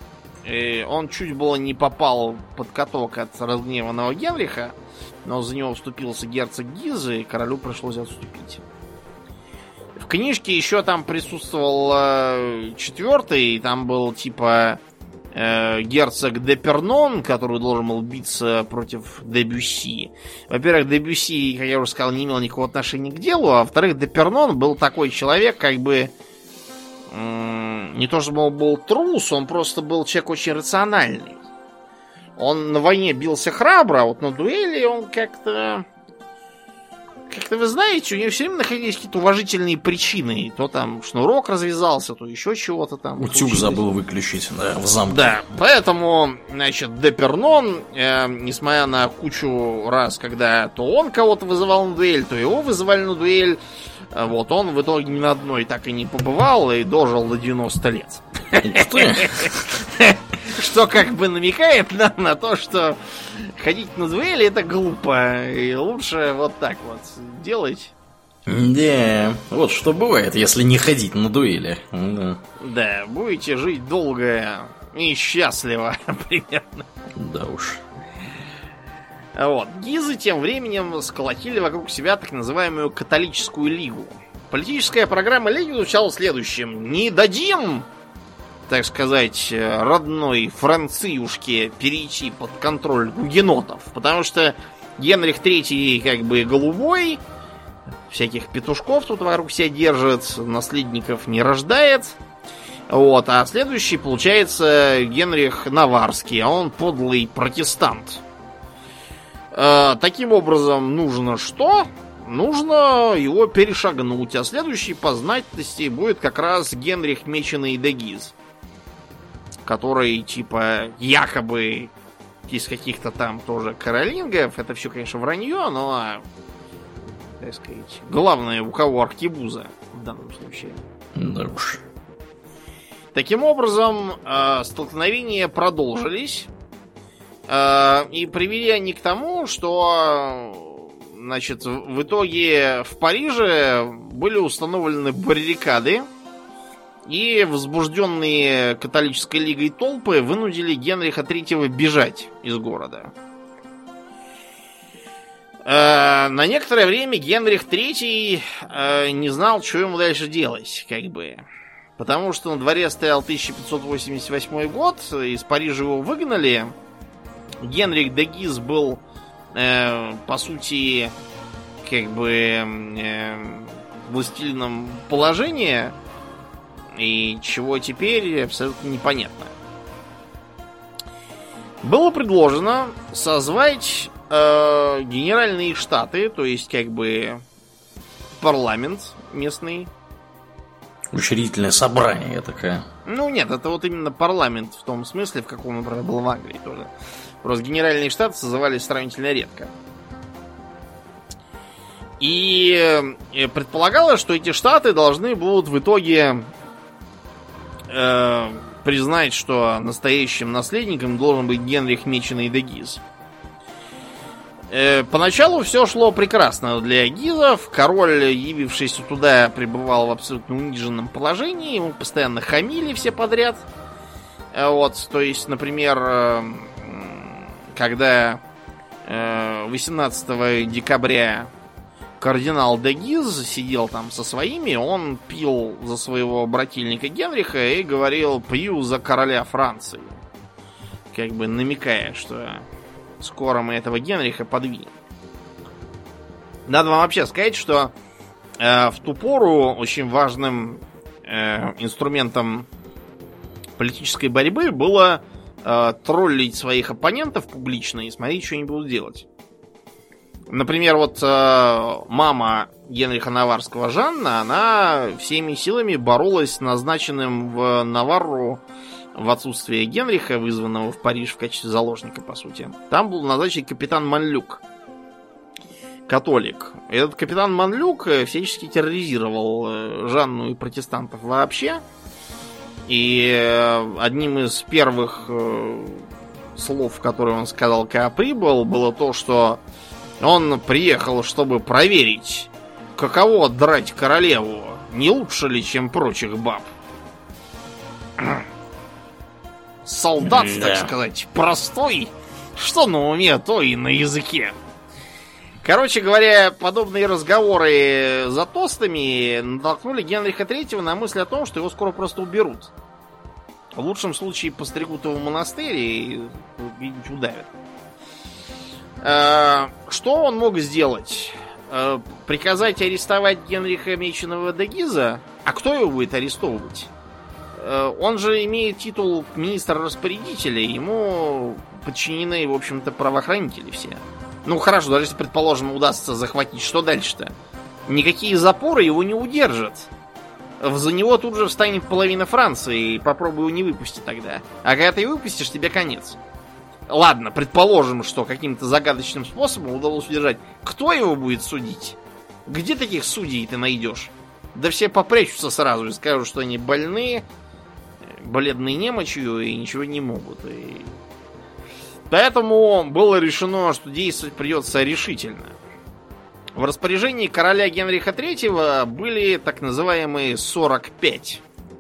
он чуть было не попал под каток от разгневанного Генриха, но за него вступился герцог Гизы, и королю пришлось отступить. В книжке еще там присутствовал э, четвертый, там был типа э, герцог Депернон, который должен был биться против Дебюсси. Во-первых, Дебюсси, как я уже сказал, не имел никакого отношения к делу, а во-вторых, Депернон был такой человек, как бы э, не то чтобы он был трус, он просто был человек очень рациональный. Он на войне бился храбро, а вот на дуэли он как-то... Как-то вы знаете, у него все время находились какие-то уважительные причины. То там шнурок развязался, то еще чего-то там. Утюг случилось. Забыл выключить, да, в замке. Да, поэтому, значит, Депернон, э, несмотря на кучу раз, когда то он кого-то вызывал на дуэль, то его вызывали на дуэль, э, вот он в итоге ни на одной так и не побывал и дожил до девяноста лет. Что как бы намекает нам на то, что ходить на дуэли это глупо. И лучше вот так вот делать. Да, вот что бывает, если не ходить на дуэли. Да, да, будете жить долго и счастливо, примерно. Да уж. Вот. Гизы тем временем сколотили вокруг себя так называемую католическую лигу. Политическая программа лиги звучала следующим: не дадим, так сказать, родной Франциюшке перейти под контроль гугенотов. Потому что Генрих третий как бы голубой, всяких петушков тут вокруг себя держит, наследников не рождает. Вот, а следующий, получается, Генрих Наварский, а он подлый протестант. Э, таким образом, нужно что? Нужно его перешагнуть, а следующий по знатности будет как раз Генрих Меченый де Гиз, который, типа, якобы из каких-то там тоже каролингов. Это все, конечно, вранье, но, так сказать, главное, у кого аркебуза в данном случае. Да уж. Таким образом, э, столкновения продолжились, э, и привели они к тому, что, значит, в итоге в Париже были установлены баррикады, и возбужденные католической лигой толпы вынудили Генриха третьего бежать из города. Э, на некоторое время Генрих третий э, не знал, что ему дальше делать, как бы. Потому что на дворе стоял тысяча пятьсот восемьдесят восьмой год, из Парижа его выгнали. Генрих де Гиз был, э, по сути, как бы э, властелином положения. И чего теперь, абсолютно непонятно. Было предложено созвать э, генеральные штаты, то есть как бы парламент местный. Учредительное собрание такое. Ну нет, это вот именно парламент в том смысле, в каком, например, был в Англии тоже. Просто генеральные штаты созывались сравнительно редко. И предполагалось, что эти штаты должны будут в итоге э, признать, что настоящим наследником должен быть Генрих Меченый де Гиз. Э, поначалу все шло прекрасно для Гизов. Король, явившийся туда, пребывал в абсолютно униженном положении. Ему постоянно хамили все подряд. Э, вот, то есть, например, э, когда э, восемнадцатого декабря кардинал де Гиз сидел там со своими, он пил за своего брательника Генриха и говорил: пью за короля Франции. Как бы намекая, что скоро мы этого Генриха подвинем. Надо вам вообще сказать, что э, в ту пору очень важным э, инструментом политической борьбы было э, троллить своих оппонентов публично и смотреть, что они будут делать. Например, вот э, мама Генриха Наварского, Жанна, она всеми силами боролась с назначенным в Наварру в отсутствие Генриха, вызванного в Париж в качестве заложника, по сути. Там был назначен капитан Манлюк, католик. Этот капитан Манлюк всячески терроризировал Жанну и протестантов вообще. И одним из первых э, слов, которые он сказал, когда прибыл, было то, что он приехал, чтобы проверить, каково драть королеву, не лучше ли, чем прочих баб. солдат, да. так сказать, простой. Что на уме, то и на языке. Короче говоря, подобные разговоры за тостами натолкнули Генриха Третьего на мысль о том, что его скоро просто уберут. В лучшем случае постригут его в монастырь и где-нибудь удавят. Что он мог сделать? Приказать арестовать Генриха Меченого де Гиза? А кто его будет арестовывать? Он же имеет титул министра-распорядителя, ему подчинены, в общем-то, правоохранители все. Ну хорошо, даже если, предположим, удастся захватить, что дальше-то? Никакие запоры его не удержат. За него тут же встанет половина Франции, и попробуй его не выпустить тогда. А когда ты его выпустишь, тебе конец. Ладно, предположим, что каким-то загадочным способом удалось удержать. Кто его будет судить? Где таких судей ты найдешь? Да все попрячутся сразу и скажут, что они больны, бледные немочью и ничего не могут. И... Поэтому было решено, что действовать придется решительно. В распоряжении короля Генриха Третьего были так называемые сорок пять.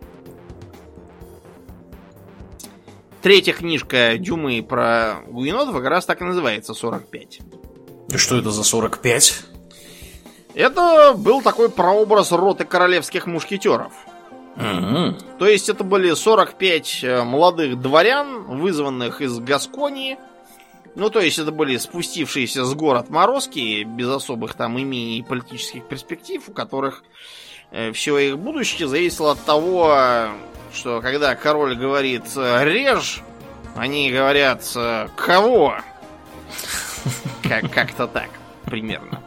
Третья книжка Дюмы про гугенотов как раз так и называется сорок пять. И что это за сорок пять? Это был такой прообраз роты королевских мушкетеров. Угу. То есть это были сорок пять молодых дворян, вызванных из Гасконии. Ну, то есть это были спустившиеся с гор отморозки, без особых там имений и политических перспектив, у которых э, все их будущее зависело от того, что когда король говорит «режь», они говорят «кого?». Как- как-то так, примерно.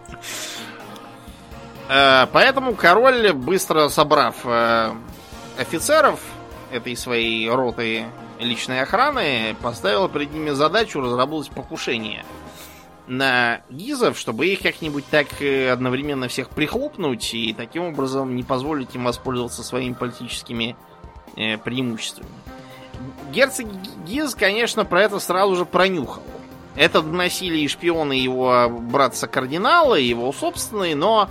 Э, поэтому король, быстро собрав э, офицеров этой своей роты личной охраны, поставил перед ними задачу разработать покушение на гизов, чтобы их как-нибудь так одновременно всех прихлопнуть и таким образом не позволить им воспользоваться своими политическими э, преимуществами. Герцог Гиз, конечно, про это сразу же пронюхал. Это доносили и шпионы его братца-кардинала, и его собственные, но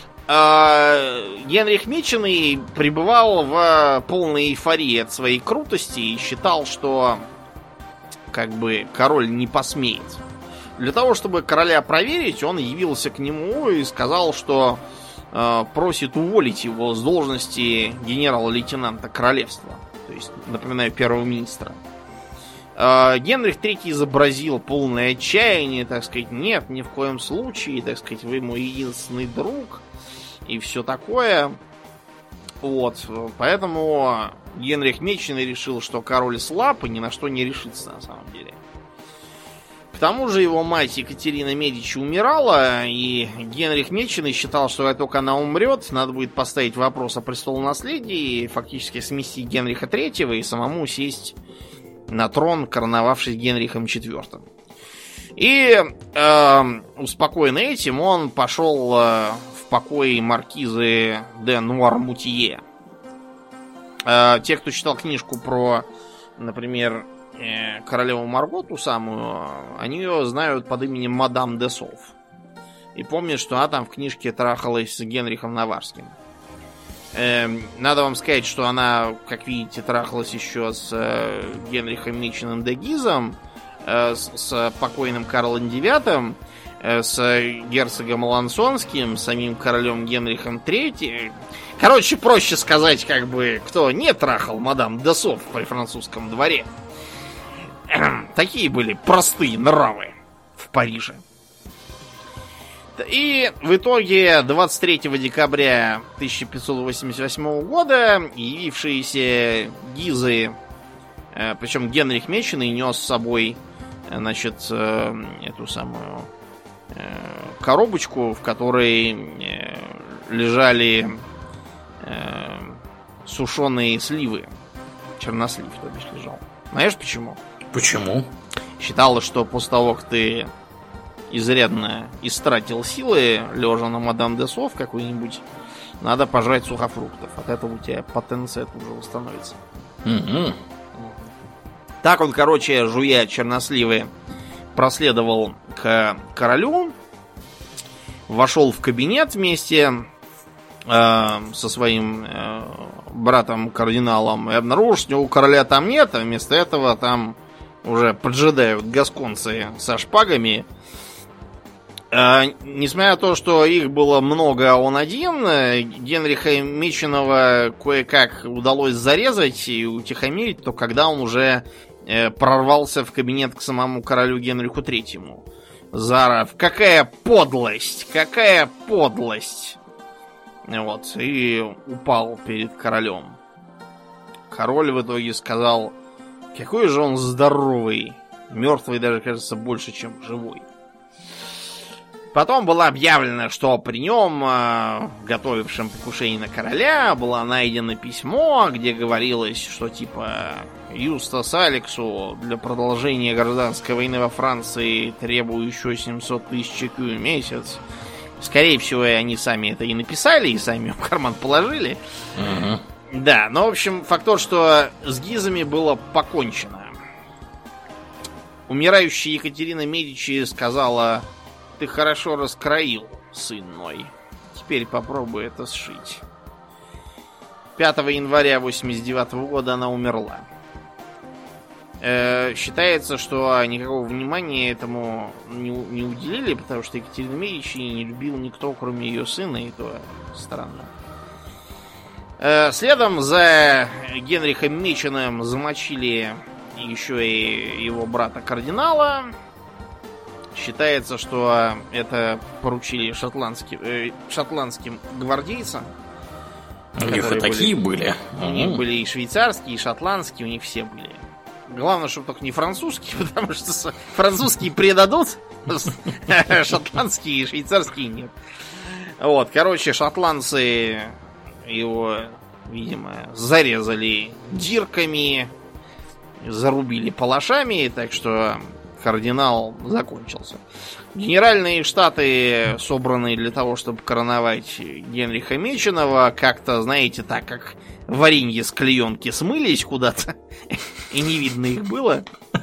Генрих Меченый пребывал в полной эйфории от своей крутости и считал, что как бы король не посмеет. Для того, чтобы короля проверить, он явился к нему и сказал, что э, просит уволить его с должности генерал-лейтенанта королевства. То есть, напоминаю, первого министра. Э, Генрих Третий изобразил полное отчаяние, так сказать, нет, ни в коем случае, так сказать, вы мой единственный друг. И все такое. Вот. Поэтому Генрих Меченый решил, что король слаб и ни на что не решится на самом деле. К тому же его мать Екатерина Медичи умирала, и Генрих Меченый считал, что как только она умрет, надо будет поставить вопрос о престолонаследии и фактически сместить Генриха Третьего и самому сесть на трон, короновавшись Генрихом Четвертым. И э, успокоенный этим, он пошел э, в покой маркизы де Нуар-Мутье. Э, те, кто читал книжку про, например, э, королеву Марго, ту самую, они ее знают под именем мадам де Сов. И помнят, что она там в книжке трахалась с Генрихом Наварским. Э, надо вам сказать, что она, как видите, трахалась еще с э, Генрихом Меченым де Гизом, С, с покойным Карлом Девятым, с герцогом Алансонским, самим королем Генрихом Третьим. Короче, проще сказать, как бы, кто не трахал мадам де Сов при французском дворе. Такие были простые нравы в Париже. И в итоге двадцать третьего декабря тысяча пятьсот восемьдесят восьмого года явившиеся гизы, причем Генрих Меченый нес с собой, значит, эту самую коробочку, в которой лежали сушеные сливы. Чернослив, то бишь, лежал. Знаешь почему? Почему? Считалось, что после того, как ты изрядно истратил силы, лежа на мадам де Сов какой-нибудь, надо пожрать сухофруктов. От этого у тебя потенция тут же восстановится. Mm-hmm. Так он, короче, жуя черносливы, проследовал к королю, вошел в кабинет вместе э, со своим э, братом-кардиналом и обнаружил, что у короля там нет, а вместо этого там уже поджидают гасконцы со шпагами. А, несмотря на то, что их было много, а он один, Генриха Меченого кое-как удалось зарезать и утихомирить, то когда он уже э, прорвался в кабинет к самому королю Генриху Третьему, заорав: «Какая подлость! Какая подлость!» Вот, и упал перед королем. Король в итоге сказал: «Какой же он здоровый! Мертвый даже, кажется, больше, чем живой». Потом было объявлено, что при нем, э, готовившем покушение на короля, было найдено письмо, где говорилось, что типа Юстас Алексу для продолжения гражданской войны во Франции требую еще семьсот тысяч ЭКЮ в месяц. Скорее всего, они сами это и написали, и сами в карман положили. Uh-huh. Да, но в общем, факт тот, что с гизами было покончено. Умирающая Екатерина Медичи сказала: «Ты хорошо раскроил, сын мой. Теперь попробуй это сшить». пятого января восемьдесят девятого года она умерла. Э, считается, что никакого внимания этому не, не уделили, потому что Екатерина Медичи не любил никто, кроме ее сына, и то странно. Э, следом за Генрихом Меченым замочили еще и его брата-кардинала. Считается, что это поручили шотландским, э, шотландским гвардейцам. У них и такие были. У угу. них были и швейцарские, и шотландские, у них все были. Главное, чтобы только не французские, потому что французские предадут, шотландские и швейцарские нет. Вот, короче, шотландцы его, видимо, зарезали дирками, зарубили палашами, так что кардинал закончился. Генеральные штаты, собранные для того, чтобы короновать Генриха Меченого, как-то, знаете, так как варенье с клеенки смылись куда-то, и не видно их было.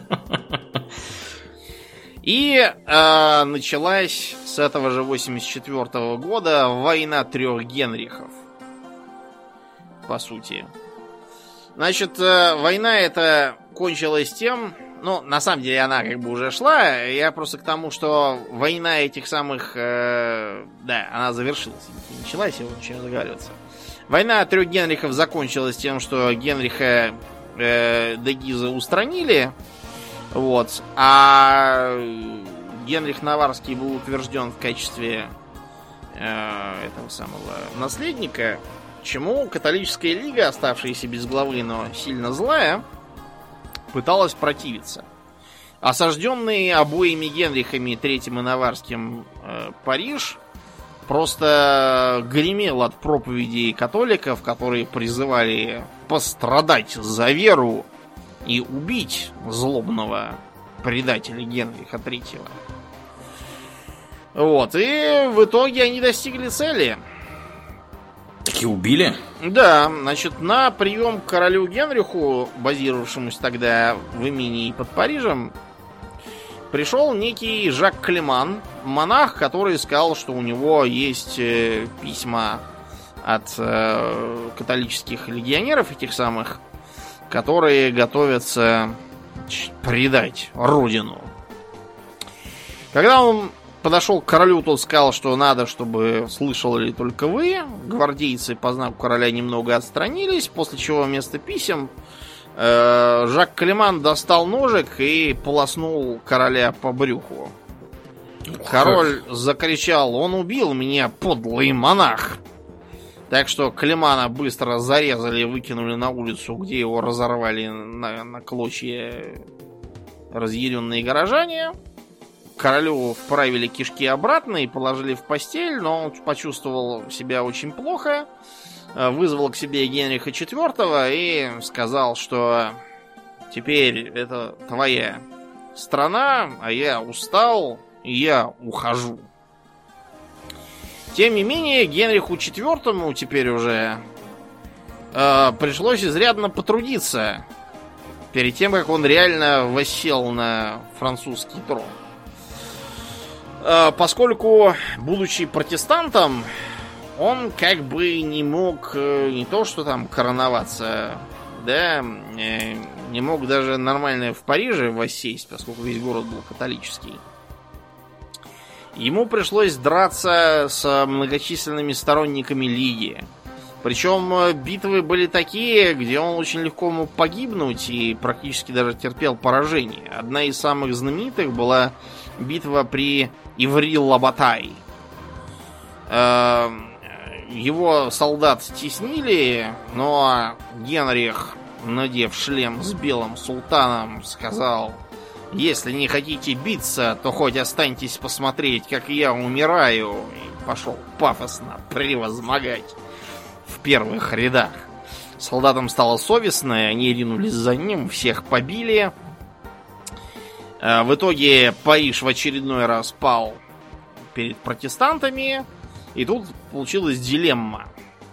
И э, началась с этого же восемьдесят четвёртого года война трех Генрихов. По сути. Значит, э, война эта кончилась тем... Ну, на самом деле, она как бы уже шла. Я просто к тому, что война этих самых... Э, да, она завершилась. Не началась, я вот начал заговариваться. Война трех Генрихов закончилась тем, что Генриха э, де Гиза устранили. Вот. А Генрих Наварский был утвержден в качестве э, этого самого наследника. Чему католическая лига, оставшаяся без главы, но сильно злая, пыталась противиться. Осажденный обоими Генрихами, Третьим и Наварским, э, Париж просто гремел от проповедей католиков, которые призывали пострадать за веру и убить злобного предателя Генриха Третьего. Вот, и в итоге они достигли цели. Таки убили? Да, значит, на прием к королю Генриху, базировавшемуся тогда в имении под Парижем, пришел некий Жак Климан, монах, который сказал, что у него есть э, письма от э, католических легионеров, этих самых, которые готовятся предать родину. Когда он подошел к королю, тот сказал, что надо, чтобы слышали только вы. Гвардейцы по знаку короля немного отстранились, после чего вместо писем э, Жак Климан достал ножик и полоснул короля по брюху. Король закричал: «Он убил меня, подлый монах!» Так что Климана быстро зарезали и выкинули на улицу, где его разорвали на, на клочья разъяренные горожане. Королю вправили кишки обратно и положили в постель, но он почувствовал себя очень плохо, вызвал к себе Генриха четвёртого и сказал, что теперь это твоя страна, а я устал, и я ухожу. Тем не менее, Генриху четвёртому теперь уже э, пришлось изрядно потрудиться перед тем, как он реально воссел на французский трон. Поскольку, будучи протестантом, он как бы не мог не то что там короноваться, да, не мог даже нормально в Париже воссесть, поскольку весь город был католический. Ему пришлось драться с многочисленными сторонниками Лиги. Причем битвы были такие, где он очень легко мог погибнуть и практически даже терпел поражение. Одна из самых знаменитых была битва при Иври-Лабатай. Его солдат теснили, но Генрих, надев шлем с белым султаном, сказал: «Если не хотите биться, то хоть останьтесь посмотреть, как я умираю». И пошел пафосно превозмогать в первых рядах. Солдатам стало совестно, и они ринулись за ним, всех побили. В итоге Париж в очередной раз пал перед протестантами, и тут получилась дилемма.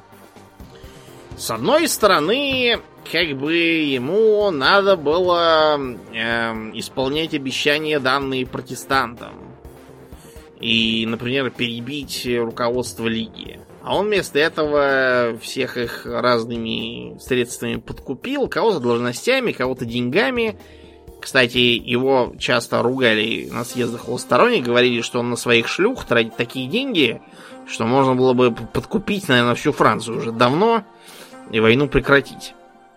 С одной стороны, как бы ему надо было э, исполнять обещания, данные протестантам, и, например, перебить руководство Лиги. А он вместо этого всех их разными средствами подкупил, кого-то должностями, кого-то деньгами. Кстати, его часто ругали на съездах его сторонник, говорили, что он на своих шлюх тратит такие деньги, что можно было бы подкупить, наверное, всю Францию уже давно и войну прекратить.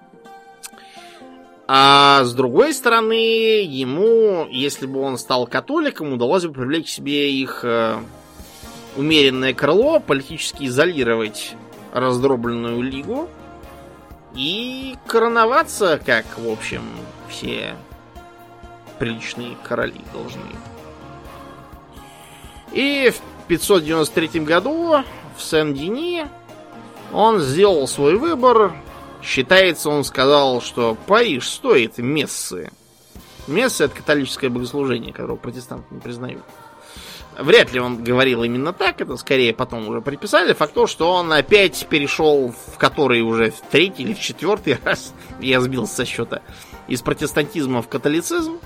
А с другой стороны, ему, если бы он стал католиком, удалось бы привлечь к себе их э, умеренное крыло, политически изолировать раздробленную Лигу и короноваться, как, в общем, все приличные короли должны. И в пятьсот девяносто третьем году в Сен-Дени он сделал свой выбор. Считается, он сказал, что Париж стоит мессы. Мессы — это католическое богослужение, которого протестанты не признают. Вряд ли он говорил именно так, это скорее потом уже приписали. Факт то, что он опять перешел в который уже в третий или в четвертый раз, я сбился со счета, из протестантизма в католицизм.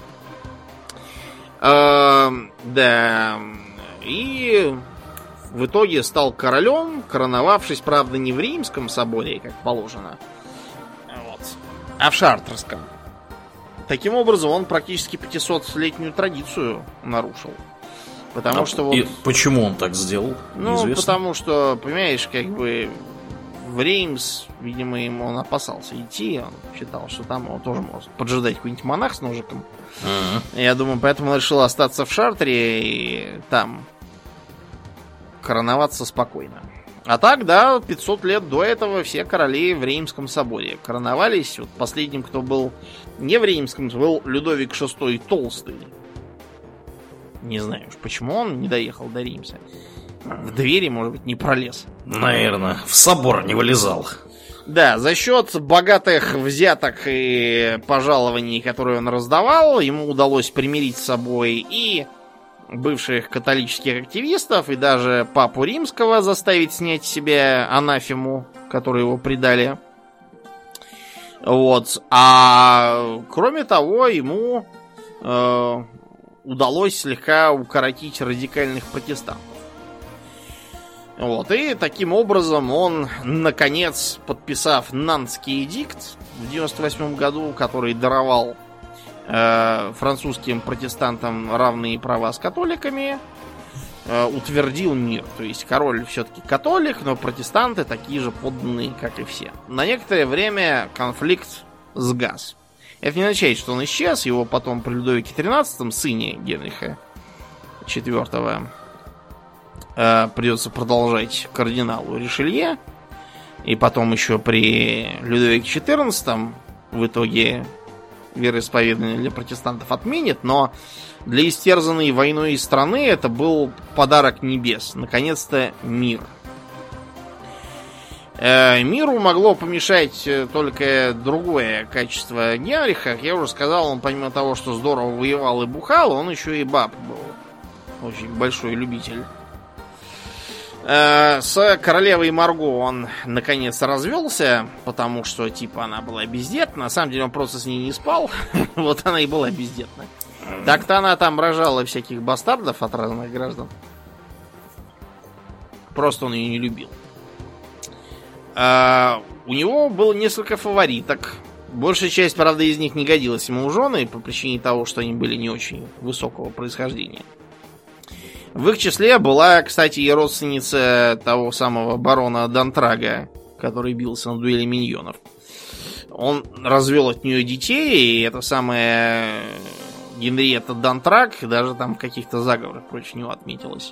Э, да, и в итоге стал королем, короновавшись, правда, не в Римском соборе, как положено, вот, а в Шартрском. Таким образом, он практически пятисотлетнюю традицию нарушил. Потому а что вот... И почему он так сделал? Ну, неизвестно. Потому что, понимаешь, как бы в Реймс, видимо, ему он опасался идти. Он считал, что там его тоже может поджидать какой-нибудь монах с ножиком. Uh-huh. Я думаю, поэтому он решил остаться в Шартре и там короноваться спокойно. А так, да, пятьсот лет до этого все короли в Реймском соборе короновались. Вот последним, кто был не в Реймском, был Людовик шестой Толстый. Не знаю уж, почему он не доехал до Римса. В двери, может быть, не пролез. Наверное, в собор не вылезал. Да, за счет богатых взяток и пожалований, которые он раздавал, ему удалось примирить с собой и бывших католических активистов, и даже папу римского заставить снять с себя анафему, которую его предали. Вот. А кроме того, ему э, удалось слегка укоротить радикальных протестантов. Вот. И таким образом он, наконец, подписав Нантский эдикт в девяносто восьмом году, который даровал э, французским протестантам равные права с католиками, э, утвердил мир. То есть король все-таки католик, но протестанты такие же подданные, как и все. На некоторое время конфликт сгас. Это не означает, что он исчез. Его потом при Людовике тринадцатом, сыне Генриха четвёртого, э, придется продолжать кардиналу Ришелье. И потом еще при Людовике четырнадцатом в итоге вероисповедание для протестантов отменит. Но для истерзанной войной страны это был подарок небес. Наконец-то мир. Миру могло помешать только другое качество Генриха. Как я уже сказал, он помимо того, что здорово воевал и бухал, он еще и баб был. Очень большой любитель. С королевой Марго он наконец развелся, потому что типа она была бездетна. На самом деле он просто с ней не спал. Вот она и была бездетна. Так-то она там рожала всяких бастардов от разных граждан. Просто он ее не любил. А, у него было несколько фавориток. Большая часть, правда, из них не годилась ему в жены по причине того, что они были не очень высокого происхождения. В их числе была, кстати, и родственница того самого барона Дантрага, который бился на дуэли миньонов. Он развел от нее детей, и эта самая Генриетта Дантраг даже там в каких-то заговорах против него отметилась.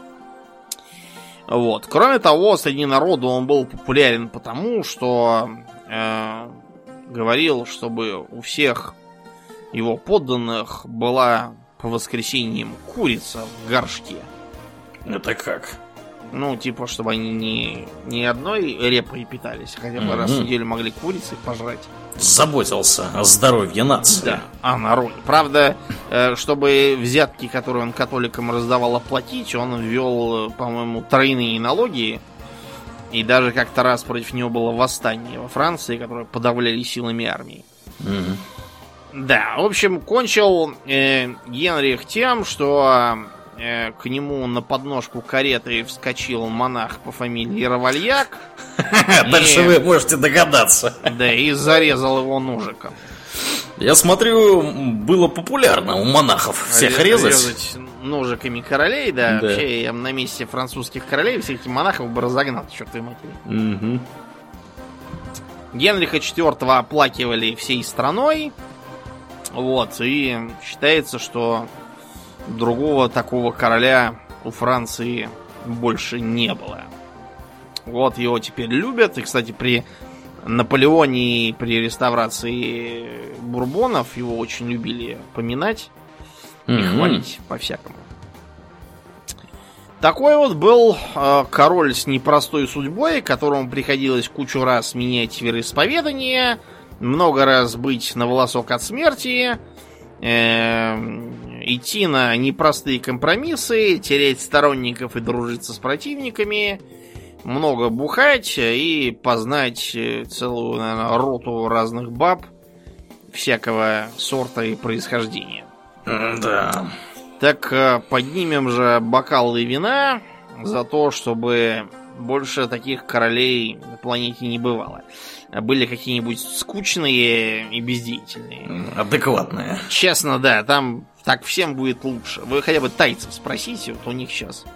Вот. Кроме того, среди народа он был популярен потому, что э, говорил, чтобы у всех его подданных была по воскресеньям курица в горшке. Это как? Ну, типа, чтобы они не, не одной репой питались, хотя бы mm-hmm. раз в неделю могли курицы пожрать. Заботился о здоровье нации. Да, о народе. Правда, чтобы взятки, которые он католикам раздавал, оплатить, он ввел, по-моему, тройные налоги. И даже как-то раз против него было восстание во Франции, которое подавляли силами армии. Mm-hmm. Да, в общем, кончил э, Генрих тем, что э, к нему на подножку кареты вскочил монах по фамилии Равальяк. Дальше вы можете догадаться. Да, и зарезал его ножиком. Я смотрю, было популярно у монахов всех резать. Резать ножиками королей, да. да. Вообще, я на месте французских королей всех этих монахов бы разогнал, чертовой матери. Угу. Генриха четвёртого оплакивали всей страной. Вот, и считается, что другого такого короля у Франции больше не было. Вот, его теперь любят. И, кстати, при Наполеоне и при реставрации бурбонов его очень любили поминать и mm-hmm. хвалить по-всякому. Такой вот был э, король с непростой судьбой, которому приходилось кучу раз менять вероисповедание, много раз быть на волосок от смерти, э, идти на непростые компромиссы, терять сторонников и дружиться с противниками, много бухать и познать целую, наверное, роту разных баб всякого сорта и происхождения. Да. Так поднимем же бокалы вина за то, чтобы больше таких королей на планете не бывало. Были какие-нибудь скучные и бездеятельные. Адекватные. Честно, да, там так всем будет лучше. Вы хотя бы тайцев спросите, вот у них сейчас.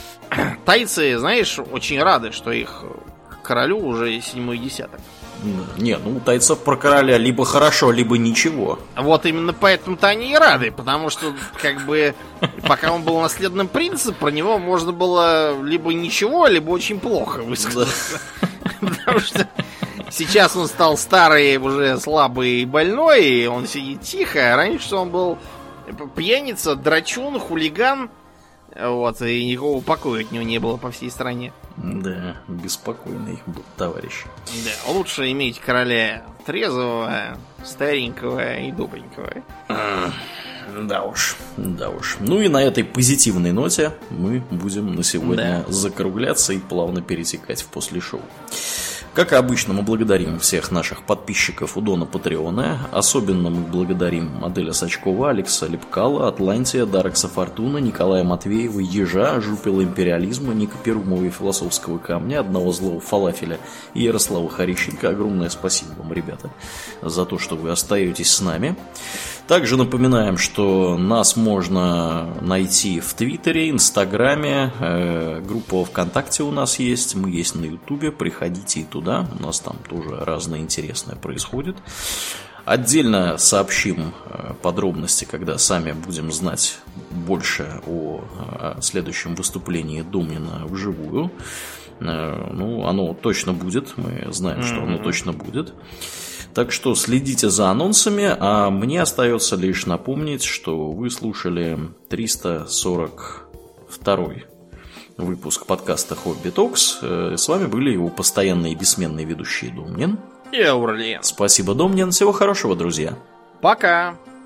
Тайцы, знаешь, очень рады, что их королю уже седьмой десяток. Не, ну у тайцев про короля либо хорошо, либо ничего. Вот именно поэтому-то они и рады, потому что, как бы, пока он был наследным принцем, про него можно было либо ничего, либо очень плохо высказаться. Потому что сейчас он стал старый, уже слабый и больной, и он сидит тихо, а раньше он был пьяница, драчун, хулиган. Вот, и никакого покоя от него не было по всей стране. Да, беспокойный был товарищ. Да, лучше иметь короля трезвого, старенького и добренького. А, да уж, да уж. Ну и на этой позитивной ноте мы будем на сегодня да. закругляться и плавно перетекать в после шоу. Как и обычно, мы благодарим всех наших подписчиков у Дона Патреона. Особенно мы благодарим Моделя Сачкова, Алекса Лепкала, Атлантия, Дарекса Фортуна, Николая Матвеева, Ежа, Жупила Империализма, Ника Перумова и Философского Камня, Одного Злого Фалафеля и Ярослава Харищенко. Огромное спасибо вам, ребята, за то, что вы остаетесь с нами. Также напоминаем, что нас можно найти в Твиттере, Инстаграме, э, группа ВКонтакте у нас есть, мы есть на Ютубе, приходите и туда, у нас там тоже разное интересное происходит. Отдельно сообщим подробности, когда сами будем знать больше о, о следующем выступлении Домнина вживую. Ну, оно точно будет, мы знаем, что оно точно будет. Так что следите за анонсами, а мне остается лишь напомнить, что вы слушали триста сорок второй выпуск подкаста Хобби Токс. С вами были его постоянные и бессменные ведущие Домнин и Аурлиен. Спасибо, Домнин. Всего хорошего, друзья. Пока.